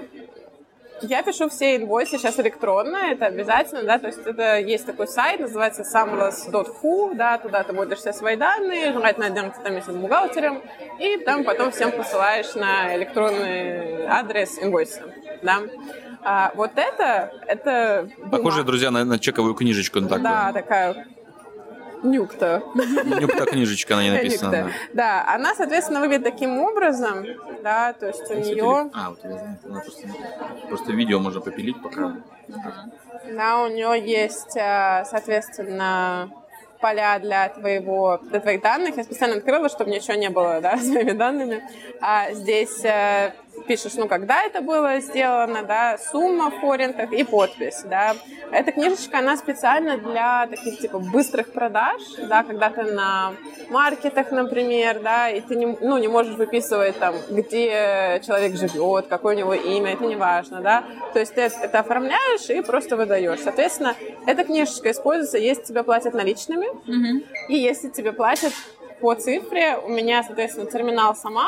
я пишу все инвойсы сейчас электронно, это обязательно, да, то есть это есть такой сайт, называется samlas точка ху, да, туда ты вводишь все свои данные, желательно отдельно там вместе с бухгалтером, и там потом всем посылаешь на электронный адрес инвойса, да. А вот это, это... Похоже, бумага. Друзья, на, на чековую книжечку. На такую. Да, такая нюкта. Нюкта книжечка, она не написана. Да. да, она, соответственно, выглядит таким образом, да, то есть у нее... А, у тебя занято. Просто, просто видео можно попилить пока. Да, у нее есть, соответственно... поля для, твоего, для твоих данных. Я специально открыла, чтобы ничего не было, да, с моими данными. А здесь э, пишешь, ну, когда это было сделано, да, сумма в форинтах и подпись, да. Эта книжечка, она специально для таких, типа, быстрых продаж, да, когда ты на маркетах, например, да, и ты не, ну, не можешь выписывать, там, где человек живет, какое у него имя, это не важно, да. То есть ты это оформляешь и просто выдаешь. Соответственно, эта книжечка используется, если тебе платят наличными, mm-hmm. и если тебе платят по цифре. У меня, соответственно, терминал сама,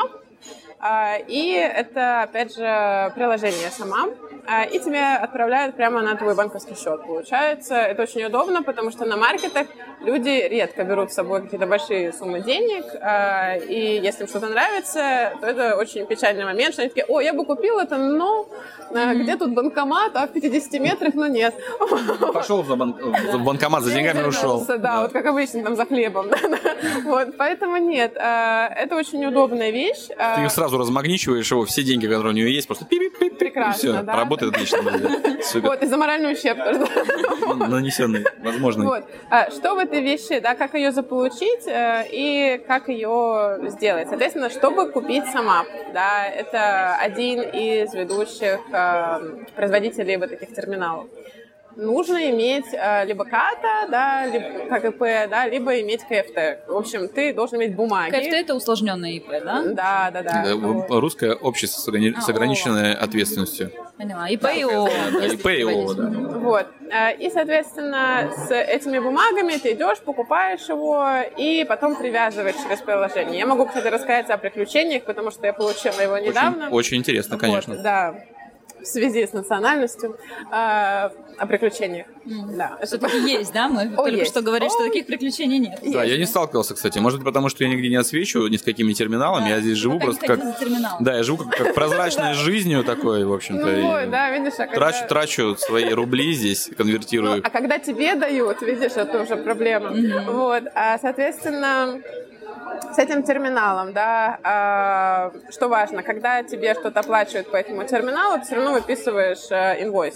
и это, опять же, приложение сама, и тебе отправляют прямо на твой банковский счет. Получается, это очень удобно, потому что на маркетах люди редко берут с собой какие-то большие суммы денег, и если им что-то нравится, то это очень печальный момент, что они такие, о, я бы купил это, но mm-hmm. где тут банкомат, а в пятидесяти метрах, но нет. Пошел в, бан- в банкомат за деньгами и ушел. Да, да, вот как обычно, там за хлебом. Вот, поэтому нет, это очень удобная вещь. Ты ее сразу размагничиваешь, его, все деньги, которые у нее есть, просто пип-пип-пип, прекрасно, да. Работает отлично. Вот, и за моральный ущерб тоже. Нанесенный, возможно. Вот, что в этой вещи, да, как ее заполучить и как ее сделать. Соответственно, чтобы купить сама, да, это один из ведущих производителей вот таких терминалов. Нужно иметь э, либо КАТА, да, либо КГП, да, либо иметь КФТ. В общем, ты должен иметь бумаги. КФТ — это усложненное ИП, да? Да, да, да. да вот. Русское общество с, ограни... а, с ограниченной о. ответственностью. Поняла. ИП и ООО. ИП и ООО, да. Вот. И, соответственно, с этими бумагами ты идешь, покупаешь его и потом привязываешь через приложение. Я могу, кстати, рассказать о приключениях, потому что я получила его недавно. Очень, очень интересно, конечно. Вот, да. В связи с национальностью, э, о приключениях. Mm. Да. Все-таки есть, да? Мы О, только есть. что говорили, О, что таких приключений нет. Да, есть. Я не сталкивался, кстати. Может быть, потому что я нигде не отсвечу ни с какими терминалами. Да. Я здесь живу просто как... Да, я живу как, как прозрачной жизнью такой, в общем-то. Ну, да, видишь, а когда... Трачу, трачу свои рубли здесь, конвертирую. Ну, а когда тебе дают, видишь, это уже проблема. Mm-hmm. Вот, а, соответственно... С этим терминалом, да, э, что важно, когда тебе что-то оплачивают по этому терминалу, ты все равно выписываешь э, инвойс,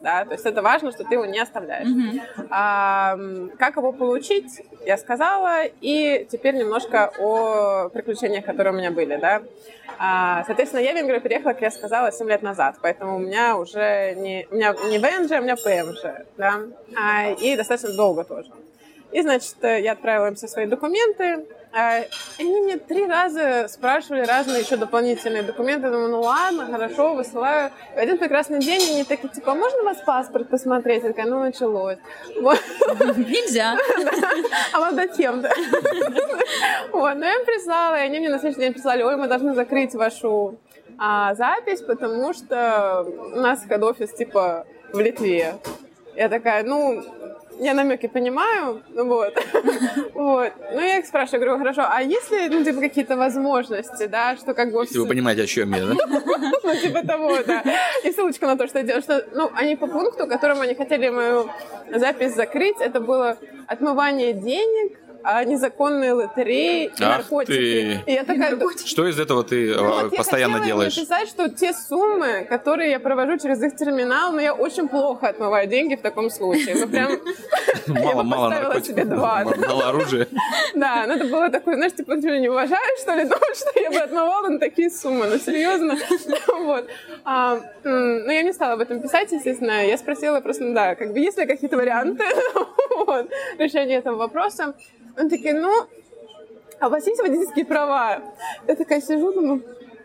да, то есть это важно, что ты его не оставляешь. Мгм. А, м, как его получить, я сказала, и теперь немножко о приключениях, которые у меня были, да. А, соответственно, я в Венгрию переехала, как я сказала, семь лет назад, поэтому у меня уже не, у меня не вэ эн джэ, у меня пэ эм жэ, да, а, и достаточно долго тоже. И, значит, я отправила им все свои документы. И они мне три раза спрашивали разные еще дополнительные документы. Я думаю, ну ладно, хорошо, высылаю. В один прекрасный день они такие, типа, а можно у вас паспорт посмотреть? Я такая, ну, началось. Вот. Нельзя. А вот зачем, да? Вот, но я им прислала, и они мне на следующий день прислали, ой, мы должны закрыть вашу а, запись, потому что у нас хед-офис, типа, в Литве. Я такая, ну... Я намеки понимаю, вот, вот. Ну, я их спрашиваю, говорю, хорошо, а есть ли, ну, типа, какие-то возможности, да, что как бы... Если вы понимаете, о чем я, да? Ну, типа того, да. И ссылочка на то, что я делаю, что, ну, они по пункту, которому они хотели мою запись закрыть, это было отмывание денег, а незаконные лотереи и Ах наркотики. ты. И я такая... Что из этого ты Вот, э, постоянно я делаешь? хотела им написать, что те суммы, которые я провожу через их терминал, но я очень плохо отмываю деньги в таком случае. Ну, прям... Мало, я мало поставила себе наркотиков, два. мало мало оружия. Да, ну это было такое, знаешь, типа, ты меня не уважаешь, что ли, думаешь, что я бы отмывала на такие суммы, ну серьезно. Вот. А, м, ну, я не стала об этом писать, естественно. Я спросила просто, ну, да, как бы, есть ли какие-то варианты вот, решения этого вопроса. Он такие, ну, а у вас есть водительские права? Я такая сижу, думаю,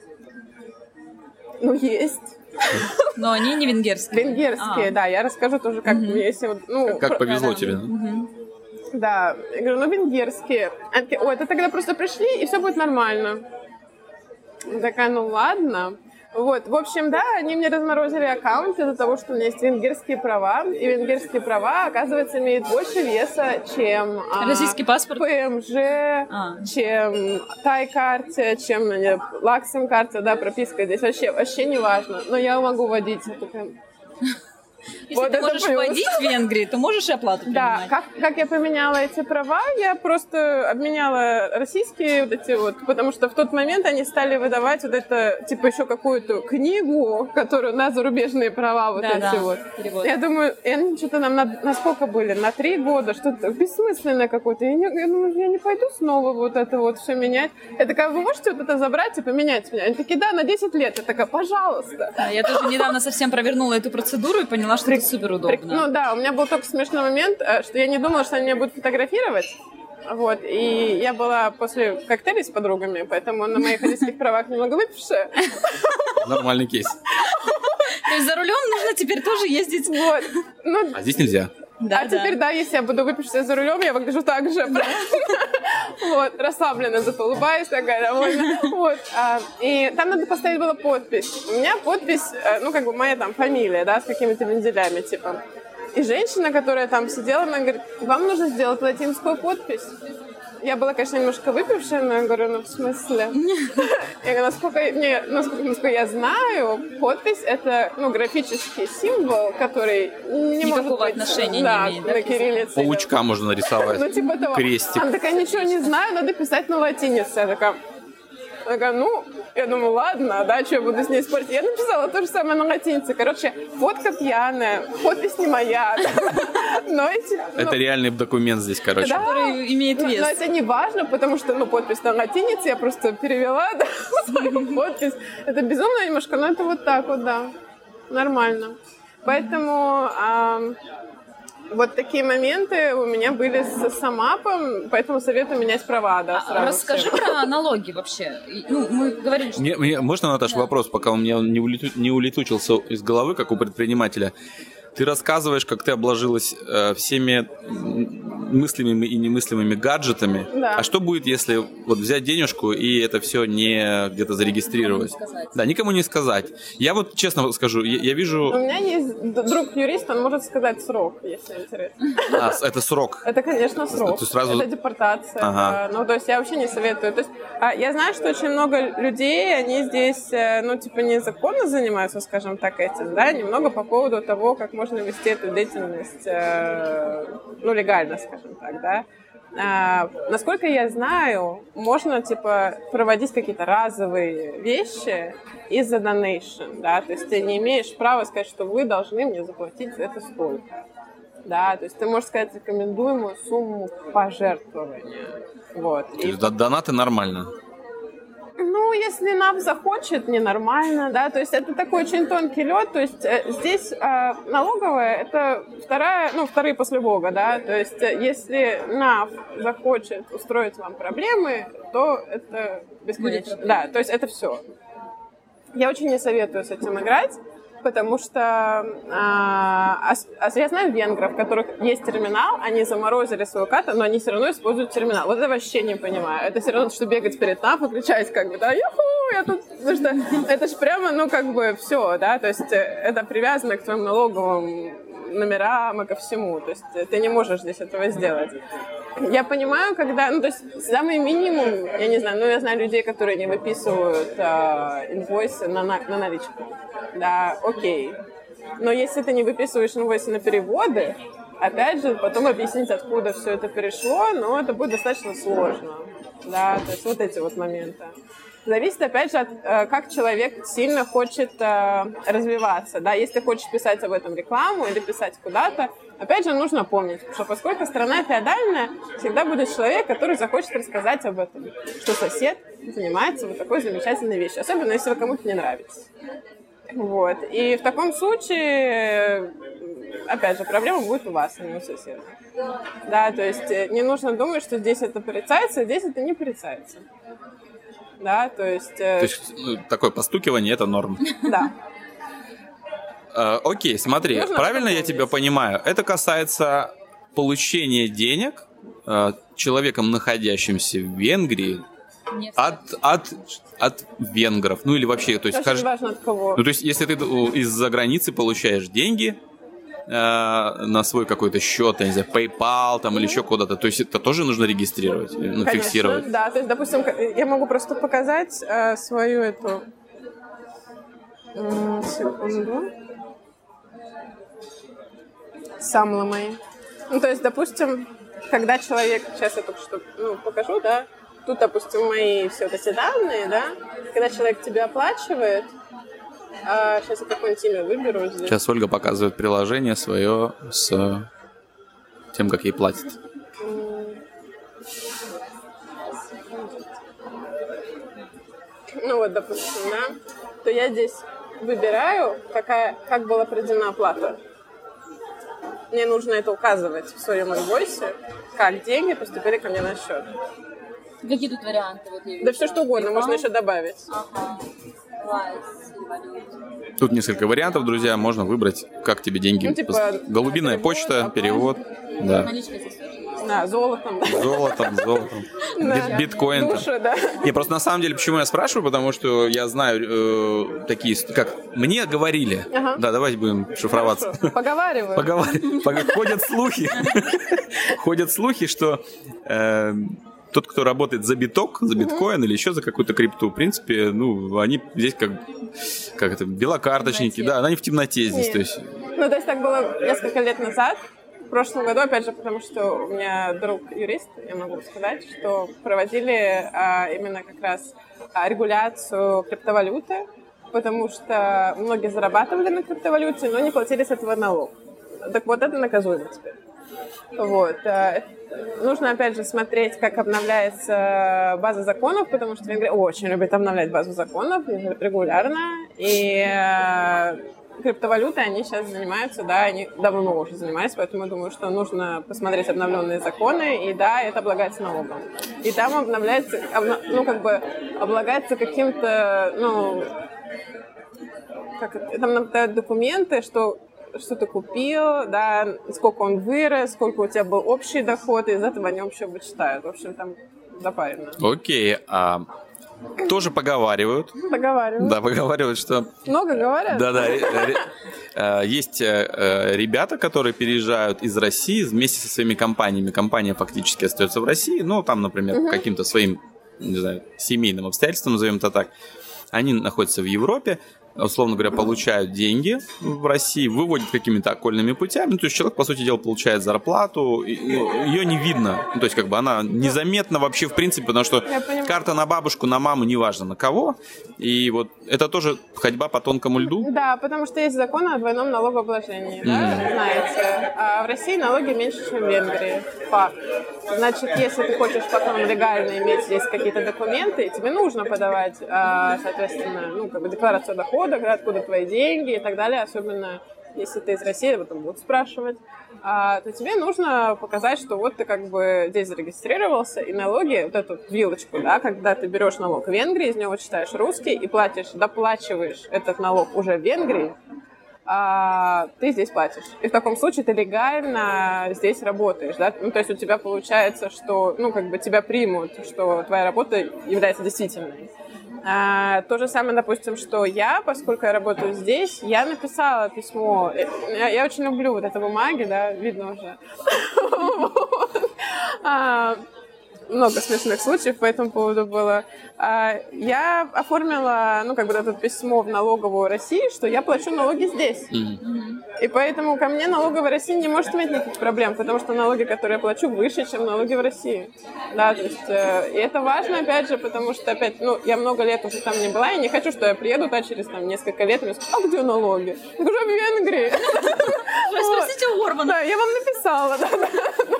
ну, есть. Но они не венгерские. Венгерские, А. да, я расскажу тоже, как мне если вот, ну... Как про- повезло да, тебе. да. да? Да, я говорю, ну, венгерские. Они такие, ой, это тогда просто пришли, и все будет нормально. Я такая, ну, ладно. Вот, в общем, да, они мне разморозили аккаунт из-за того, что у меня есть венгерские права, и венгерские права, оказывается, имеют больше веса, чем... а, Российский паспорт? пэ эм жэ, А. чем тай-карте, чем не, лаксим-карте, да, прописка здесь вообще, вообще не важно. Но я могу водить. Я такая, Если вот ты это можешь плюс. водить в Венгрии, то можешь и оплату Да, принимать. как, как я поменяла эти права, я просто обменяла российские вот эти вот, потому что в тот момент они стали выдавать вот это, типа еще какую-то книгу, которую на зарубежные права вот Да, эти да, вот. перевод. Я думаю, и они что-то нам на, на сколько были? На три года, что-то бессмысленное какое-то. Я не, я, думаю, я не пойду снова вот это вот все менять. Я такая, вы можете вот это забрать и поменять меня? Они такие, да, на десять лет. Я такая, пожалуйста. Да, я тоже недавно совсем провернула эту процедуру и поняла, что это супер удобно. Прик- Ну да, у меня был только смешной момент, э, что я не думала, что они меня будут фотографировать. Вот, и я была после коктейлей с подругами, поэтому на моих водительских правах немного выпившая. Нормальный кейс. То есть за рулем нужно теперь тоже ездить. Вот. Ну, А здесь нельзя. Да, а теперь, да, если я буду выпившая за рулем, я выгляжу так же. Вот, расслабленно, зато улыбаюсь, такая довольна. Вот. а, И там надо поставить было подпись. У меня подпись, э, ну, как бы моя там фамилия, да, с какими-то вензелями, типа. И женщина, которая там сидела, она говорит, вам нужно сделать латинскую подпись. Я была, конечно, немножко выпившая, но я говорю, ну, в смысле? Я говорю, насколько, мне, насколько, насколько я знаю, подпись — это, ну, графический символ, который не Никакого может быть, отношения не да, имеет, да, на к языку? кириллице. Паучка можно нарисовать. Ну, типа того. Крестик. Она такая, ничего не знаю, надо писать на латинице. Я такая, я такая, ну, я думаю, ладно, да, что я буду с ней спорить. Я написала то же самое на латинице. Короче, фотка пьяная, подпись не моя. Но эти... Это реальный документ здесь, короче. Да. Который имеет Но, вес. но это не важно, потому что, ну, подпись на латинице, я просто перевела, да, свою подпись. Это безумно немножко, но это вот так вот, да, нормально. Поэтому ам, вот такие моменты у меня были с самапом, поэтому советую менять права, да, А сразу расскажи всем. про налоги вообще. И, Ну, мы говорили, что... Мне, мне- можно, Наташа, Да. вопрос, пока он мне не, улету- не улетучился из головы, как у предпринимателя. Ты рассказываешь, как ты обложилась э, всеми м, мыслимыми и немыслимыми гаджетами. Да. А что будет, если вот взять денежку и это все не где-то зарегистрировать? Никому не сказать. Да, никому не сказать. Я вот честно скажу, я, я У вижу... меня есть д- друг-юрист, он может сказать срок, если интересно. А, с- это срок. Это, конечно, срок. Это сразу- Это депортация. Ага. да. Ну, то есть я вообще не советую. То есть а, я знаю, что очень много людей, они здесь, э, ну, типа, незаконно занимаются, скажем так, этим, да, немного по поводу того, как можно вести эту деятельность, э, ну, легально, скажем так, да. А, насколько я знаю, можно, типа, проводить какие-то разовые вещи из-за donation, да, то есть ты не имеешь права сказать, что вы должны мне заплатить за это столько, да, то есть ты можешь сказать рекомендуемую сумму пожертвования, вот. То есть донаты нормально? Ну, если нам захочет, ненормально, да, то есть это такой очень тонкий лед, то есть э, здесь э, налоговая — это вторая, ну, вторые после Бога, да, то есть э, если НАФ захочет устроить вам проблемы, то это бесконечно, да, то есть это все. Я очень не советую с этим играть, потому что а, а, я знаю венгров, у которых есть терминал, они заморозили свою карту, но они все равно используют терминал. Вот это вообще не понимаю. Это все равно, что бегать перед НАФ и кричать как бы, да, юху, я тут... Потому что это же прямо, ну, как бы все, да, то есть это привязано к твоим налоговым номерам и ко всему. То есть ты не можешь здесь этого сделать. Я понимаю, когда... Ну, то есть самый минимум, я не знаю, ну, я знаю людей, которые не выписывают а, инвойсы на, на, на наличку. Да, окей. Но если ты не выписываешь инвойсы на переводы, опять же, потом объяснить, откуда все это перешло, но это будет достаточно сложно. Да, то есть вот эти вот моменты. Зависит, опять же, от как человек сильно хочет развиваться. Да, если хочешь писать об этом рекламу или писать куда-то, опять же, нужно помнить, что поскольку страна феодальная, всегда будет человек, который захочет рассказать об этом, что сосед занимается вот такой замечательной вещью, особенно если вы кому-то не нравитесь. Вот. И в таком случае, опять же, проблема будет у вас, а не у соседа. Да, то есть не нужно думать, что здесь это порицается, здесь это не порицается. Да, то есть... То есть ну, такое постукивание — это норм. Да. Э, окей, смотри, нужно правильно я тебя понимаю? Это касается получения денег э, человеком, находящимся в Венгрии, от, от, от венгров, ну или вообще, то есть, очень важно от кого. Ну то есть, если ты из-за границы получаешь деньги э, на свой какой-то счет, я не знаю, PayPal там, mm-hmm. или еще куда-то, то есть это тоже нужно регистрировать, ну, конечно, фиксировать. Да, то есть, допустим, я могу просто показать э, свою эту э, секунду. Самлы мои. Ну, то есть, допустим, когда человек, сейчас я только что ну, покажу, да. Тут, допустим, мои все вот эти данные, да, когда человек тебе оплачивает, а, сейчас я какое-нибудь имя выберу здесь. Сейчас Ольга показывает приложение свое с тем, как ей платят. Ну вот, допустим, да, то я здесь выбираю, какая, как была проведена оплата. Мне нужно это указывать в своем инвойсе, как деньги поступили ко мне на счет. Какие тут варианты? Вот да все что угодно, можно еще добавить. Ага. Тут несколько вариантов, друзья, можно выбрать, как тебе деньги. Ну, типа, голубиная перевод, почта, оплата. Перевод. Да. Наличка здесь. Да, золотом. Золотом, золотом. Да. Биткоин. Душу, да. Не, просто на самом деле, почему я спрашиваю, потому что я знаю э, такие, как мне говорили. Ага. Да, давайте будем шифроваться. Хорошо. Поговариваю. Поговариваю. Ходят слухи. Ходят слухи, что э, тот, кто работает за биток, за биткоин или еще за какую-то крипту, в принципе, ну, они здесь как, как это, белокарточники, да, они в темноте здесь. То есть... Ну, то есть так было несколько лет назад. В прошлом году, опять же, потому что у меня друг юрист, я могу сказать, что проводили а, именно как раз а, регуляцию криптовалюты, потому что многие зарабатывали на криптовалюте, но не платили с этого налог. Так вот, это наказуемо теперь. Вот. А, нужно, опять же, смотреть, как обновляется база законов, потому что Венгрия очень любит обновлять базу законов регулярно, и... криптовалюты, они сейчас занимаются, да, они давно уже занимаются, поэтому я думаю, что нужно посмотреть обновленные законы, и да, это облагается налогом. И там обновляется, обна, ну, как бы, облагается каким-то, ну, как это, там нам дают документы, что, что ты купил, да, сколько он вырос, сколько у тебя был общий доход, и из этого они вообще вычитают. В общем, там запарено. Окей, а... Тоже поговаривают. Поговаривают. Да, поговаривают, что... Много говорят? Да-да. Есть ребята, которые переезжают из России вместе со своими компаниями. Компания фактически остается в России, но там, например, по каким-то своим, не знаю, семейным обстоятельствам, назовем это так. Они находятся в Европе, условно говоря, получают деньги в России, выводят какими-то окольными путями. Ну, то есть человек, по сути дела, получает зарплату, ее не видно. Ну, то есть как бы она незаметна вообще в принципе, потому что карта на бабушку, на маму, неважно на кого. И вот это тоже ходьба по тонкому льду. Да, потому что есть закон о двойном налогообложении, да, mm-hmm. знаете. А в России налоги меньше, чем в Венгрии. Факт. Значит, если ты хочешь потом легально иметь здесь какие-то документы, тебе нужно подавать, соответственно, ну, как бы декларацию дохода, откуда твои деньги и так далее, особенно если ты из России, об этом будут спрашивать, а, то тебе нужно показать, что вот ты как бы здесь зарегистрировался, и налоги, вот эту вилочку, да, когда ты берешь налог в Венгрии, из него читаешь русский и платишь, доплачиваешь этот налог уже в Венгрии, а, ты здесь платишь. И в таком случае ты легально здесь работаешь, да, ну, то есть у тебя получается, что, ну, как бы тебя примут, что твоя работа является действительной. А, то же самое, допустим, что я, поскольку я работаю здесь, я написала письмо. Я, я очень люблю вот это бумаги, да, видно уже. Много смешных случаев по этому поводу было. Я оформила, ну, как бы это письмо в налоговую России, что я плачу налоги здесь. И поэтому ко мне налоговая Россия не может иметь никаких проблем, потому что налоги, которые я плачу, выше, чем налоги в России. Да, то есть, э, и это важно, опять же, потому что, опять, ну, я много лет уже там не была, и не хочу, что я приеду, да, через там несколько лет, и мне скажут, а где налоги? Я говорю, в Венгрии. Вы спросите у Орбана. Да, я вам написала, да, да.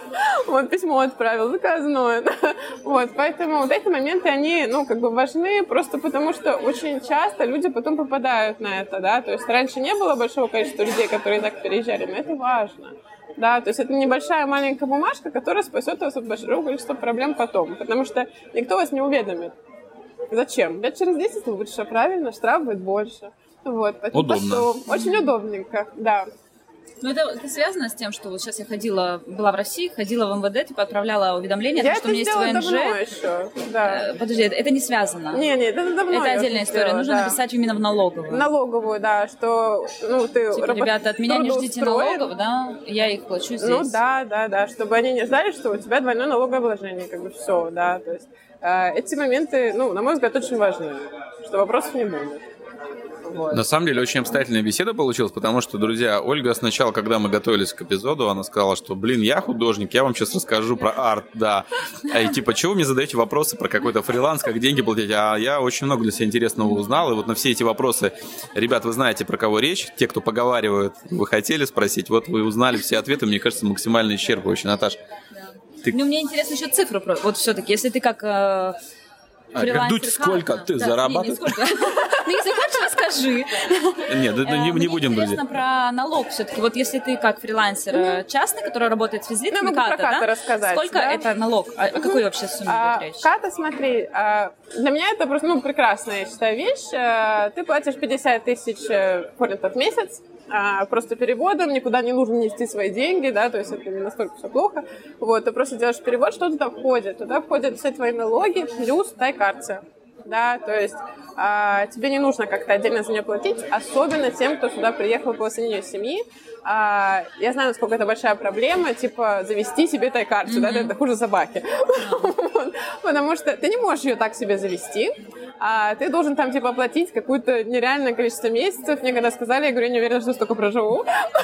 Вот, письмо отправил, заказное. Вот, поэтому вот эти моменты, они, ну, как бы важны, просто потому что очень часто люди потом попадают на это, да, то есть раньше не было большого количества людей, которые так переезжали, но это важно. Да, то есть это небольшая маленькая бумажка, которая спасет вас от большого количества проблем потом, потому что никто вас не уведомит. Зачем? Лет через десять лучше, правильно, штраф будет больше. Вот, поэтому удобно. Потом. Очень удобненько, да. Ну, это, это связано с тем, что вот сейчас я ходила, была в России, ходила в эм вэ дэ, типа отправляла уведомления, я о том, что у меня есть вэ эн жэ. давно еще, да. Подожди, это, это не связано. Не, не, это давно. Это отдельная история. Сделала, Нужно да. написать именно в налоговую. В налоговую, да, что, ну, ты... Типа, работ... ребята, от меня не ждите налогов, да, я их плачу здесь. Ну, да, да, да, чтобы они не ждали, что у тебя двойное налогообложение, как бы все, да, то есть э, эти моменты, ну, на мой взгляд, очень важны, что вопросов не будет. Вот. На самом деле очень обстоятельная беседа получилась, потому что, друзья, Ольга сначала, когда мы готовились к эпизоду, она сказала, что, блин, я художник, я вам сейчас расскажу про арт, да. А и типа, чего вы мне задаете вопросы про какой-то фриланс, как деньги платить? А я очень много для себя интересного узнал, и вот на все эти вопросы, ребят, вы знаете, про кого речь, те, кто поговаривают, вы хотели спросить, вот вы узнали все ответы, мне кажется, максимально исчерпывающе. Наташ, ты... Ну, мне интересно еще цифры, вот все-таки, если ты как... Э... А, Дудь, сколько ты да, зарабатываешь? Ну, если хочешь, расскажи. Нет, не, не будем, друзья. Интересно про налог все-таки. Вот если ты как фрилансер mm-hmm. частный, который работает с физлицами, ну, Ката, да? рассказать, сколько да? это налог? О, о какой вообще сумме а, идет речь? Ката, смотри, а, для меня это просто ну, прекрасная, я считаю, вещь. А, ты платишь пятьдесят тысяч форинтов в месяц, а, просто переводом, никуда не нужно нести свои деньги, да, то есть это не настолько все плохо. Вот, ты просто делаешь перевод, что туда входит? Туда входят все твои налоги плюс тайкарция. Да, то есть а, тебе не нужно как-то отдельно за нее платить, особенно тем, кто сюда приехал после нее семьи. А, я знаю, насколько это большая проблема, типа, завести себе тайкарцию, mm-hmm. да, это хуже собаки. Mm-hmm. Потому что ты не можешь ее так себе завести, а ты должен там, типа, оплатить какое-то нереальное количество месяцев. Мне когда сказали, я говорю, я не уверена, что столько проживу.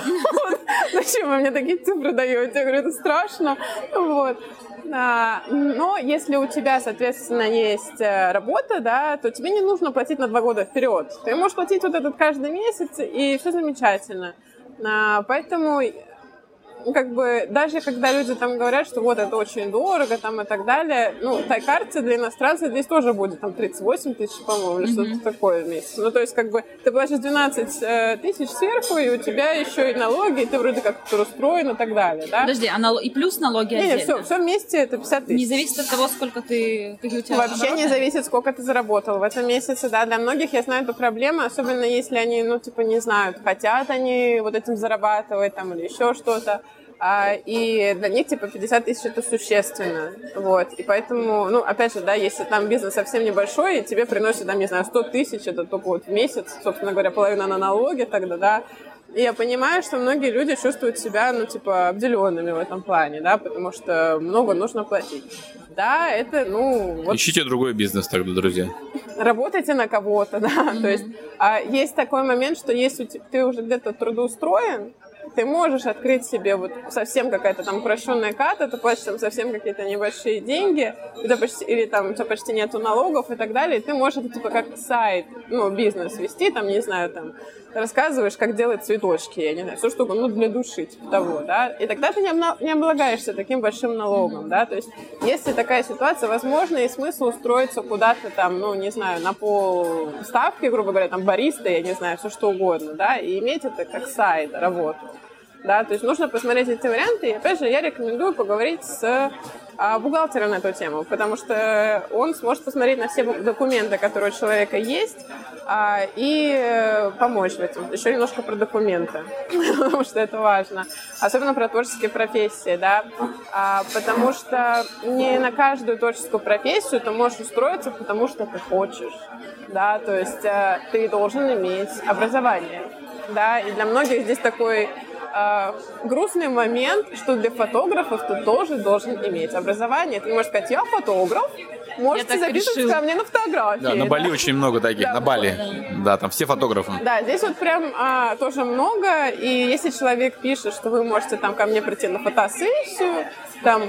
Зачем вы мне такие цифры даете? Я говорю, это страшно. Вот. Но если у тебя, соответственно, есть работа, да, то тебе не нужно платить на два года вперед. Ты можешь платить вот этот каждый месяц, и все замечательно. Поэтому, как бы, даже когда люди там говорят, что вот это очень дорого, там и так далее, ну, тайкарция для иностранцев здесь тоже будет, там, тридцать восемь тысяч, по-моему, или mm-hmm. что-то такое в месяц. Ну, то есть, как бы, ты платишь двенадцать тысяч сверху, и у тебя еще и налоги, и ты вроде как устроен и так далее, да? Подожди, а нал... и плюс налоги отдельно? Нет, все, все вместе это пятьдесят тысяч. Не зависит от того, сколько ты, какие у тебя Вообще обороты? Не зависит, сколько ты заработал в этом месяце, да. Для многих, я знаю, это проблема, особенно если они, ну, типа, не знают, хотят они вот этим зарабатывать, там, или еще что-то. А, и для них, типа, пятьдесят тысяч это существенно, вот, и поэтому, ну, опять же, да, если там бизнес совсем небольшой, и тебе приносит, там, не знаю, сто тысяч, это только вот в месяц, собственно говоря, половина на налоги тогда, да, и я понимаю, что многие люди чувствуют себя, ну, типа, обделенными в этом плане, да, потому что много нужно платить. Да, это, ну... Вот... Ищите другой бизнес тогда, друзья. работайте на кого-то, да, mm-hmm. то есть а, есть такой момент, что если ты уже где-то трудоустроен, ты можешь открыть себе вот совсем какая-то там упрощенная карта, ты платишь там совсем какие-то небольшие деньги, это почти, или там у тебя почти нету налогов и так далее, и ты можешь это типа как сайт, ну, бизнес вести, там, не знаю, там, рассказываешь, как делать цветочки, я не знаю, все что угодно, ну, для души, типа того, да, и тогда ты не, обна- не облагаешься таким большим налогом, да, то есть если такая ситуация, возможно, и смысл устроиться куда-то там, ну, не знаю, на полставки, грубо говоря, там, бариста, я не знаю, все что угодно, да, и иметь это как сайт, работу. Да, то есть нужно посмотреть эти варианты. И опять же, я рекомендую поговорить с а, бухгалтером на эту тему, потому что он сможет посмотреть на все документы, которые у человека есть, а, и помочь в этом. Еще немножко про документы, потому что это важно. Особенно про творческие профессии, да, а, потому что не на каждую творческую профессию ты можешь устроиться, потому что ты хочешь, да, то есть а, ты должен иметь образование, да, и для многих здесь такой Uh, грустный момент, что для фотографов ты тоже должен иметь образование. Ты можешь сказать, я фотограф, можете записывать ко мне на фотографии. Да, на Бали да? очень много таких, да, на Бали. Да. да, там все фотографы. Да, здесь вот прям а, тоже много, и если человек пишет, что вы можете там ко мне прийти на фотосессию, там,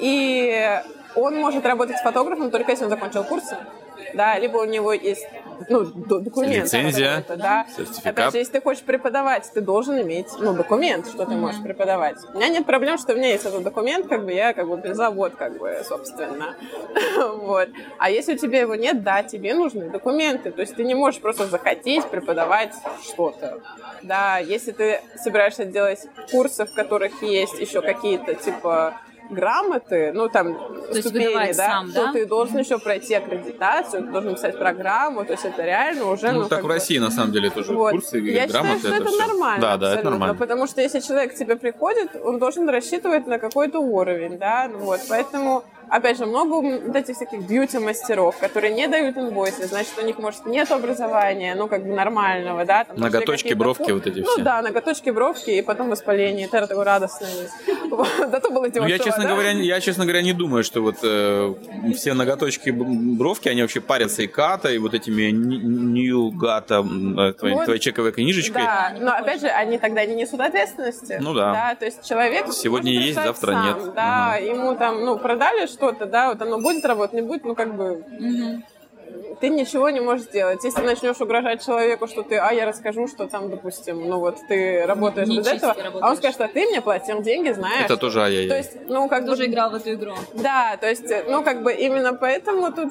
и он может работать фотографом только если он закончил курсы, да, либо у него есть ну, документ. Лицензия, да. сертификат. Опять же, если ты хочешь преподавать, ты должен иметь ну, документ, что ты mm-hmm. можешь преподавать. У меня нет проблем, что у меня есть этот документ, как бы я как бы завод, как бы, собственно. Вот. А если у тебя его нет, да, тебе нужны документы. То есть ты не можешь просто захотеть преподавать что-то. Да, если ты собираешься делать курсы, в которых есть еще какие-то, типа, грамоты, ну, там, то ступени, да, сам, то да? ты должен еще пройти аккредитацию, ты должен писать программу, то есть это реально уже... Ну, ну так в бы... России, на самом деле, тоже вот. курсы и Я грамоты. считаю, что это, это нормально. Да, да, это нормально. Потому что если человек к тебе приходит, он должен рассчитывать на какой-то уровень, да, вот, поэтому... Опять же, много вот этих всяких бьюти-мастеров, которые не дают инвойсы, значит, у них, может, нет образования, ну, как бы нормального, да. Там, ноготочки, бровки, вот эти ну, все. Ну, да, ноготочки, бровки, и потом воспаление. Это такое радостное. Зато было ну, я, честно говоря, я, честно говоря, не думаю, что вот э, все ноготочки, бровки, они вообще парятся и ката, и вот этими нью гата, твоей, вот, твоей чековой книжечкой. Да, но, опять же, они тогда не несут ответственности. Ну, да. Да, то есть человек сегодня есть, завтра сам, нет. Да, угу. ему там, ну, продали что-то, да, вот оно будет работать, не будет, ну, как бы... Угу. Ты ничего не можешь сделать. Если начнешь угрожать человеку, что ты, а, я расскажу, что там, допустим, ну вот ты работаешь без этого, работаешь. А он скажет, а ты мне платил деньги, знаешь. Это тоже ай-яй-яй. То есть, ну, как тоже бы... играл в эту игру. Да, то есть, ну, как бы именно поэтому тут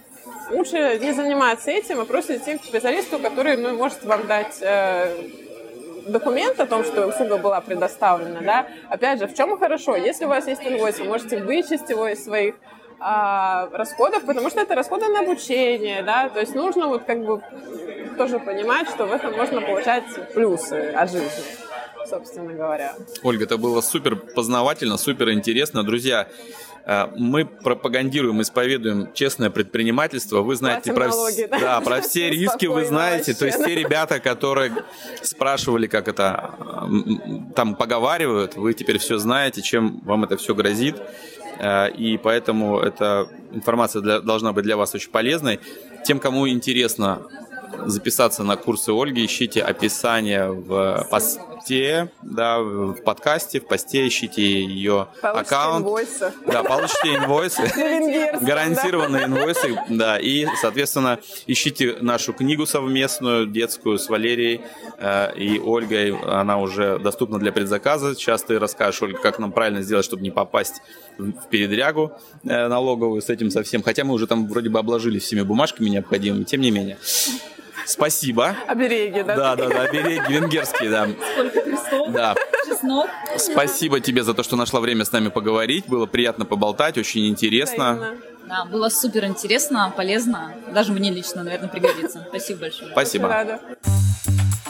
лучше не заниматься этим, а просто идти к специалисту, который, ну, может вам дать... Э, документ о том, что услуга была предоставлена, да, опять же, в чем хорошо, если у вас есть инвойс, вы можете вычесть его из своих а, расходов, потому что это расходы на обучение, да, то есть нужно вот как бы тоже понимать, что в этом можно получать плюсы от жизни, собственно говоря. Ольга, это было супер познавательно, супер интересно. Друзья, мы пропагандируем, исповедуем честное предпринимательство. Вы знаете про, налоги, да? Да, про все риски, вы знаете. То есть те ребята, которые спрашивали, как это там поговаривают, вы теперь все знаете, чем вам это все грозит. И поэтому эта информация для, должна быть для вас очень полезной. Тем, кому интересно записаться на курсы Ольги, ищите описание в посте, да, в подкасте, в посте ищите ее получите аккаунт. Инвойсы. Да, получите инвойсы. Гарантированные инвойсы. Да, и, соответственно, ищите нашу книгу совместную, детскую, с Валерией э, и Ольгой. Она уже доступна для предзаказа. Сейчас ты расскажешь, Ольга, как нам правильно сделать, чтобы не попасть в передрягу э, налоговую с этим совсем. Хотя мы уже там вроде бы обложились всеми бумажками необходимыми, тем не менее. Спасибо. Обереги, да? Да, да, да, обереги венгерские, да. Сколько крестов, да. чеснок. Спасибо тебе за то, что нашла время с нами поговорить. Было приятно поболтать, очень интересно. Взаимно. Да, было супер интересно, полезно. Даже мне лично, наверное, пригодится. Спасибо большое. Спасибо. Рада.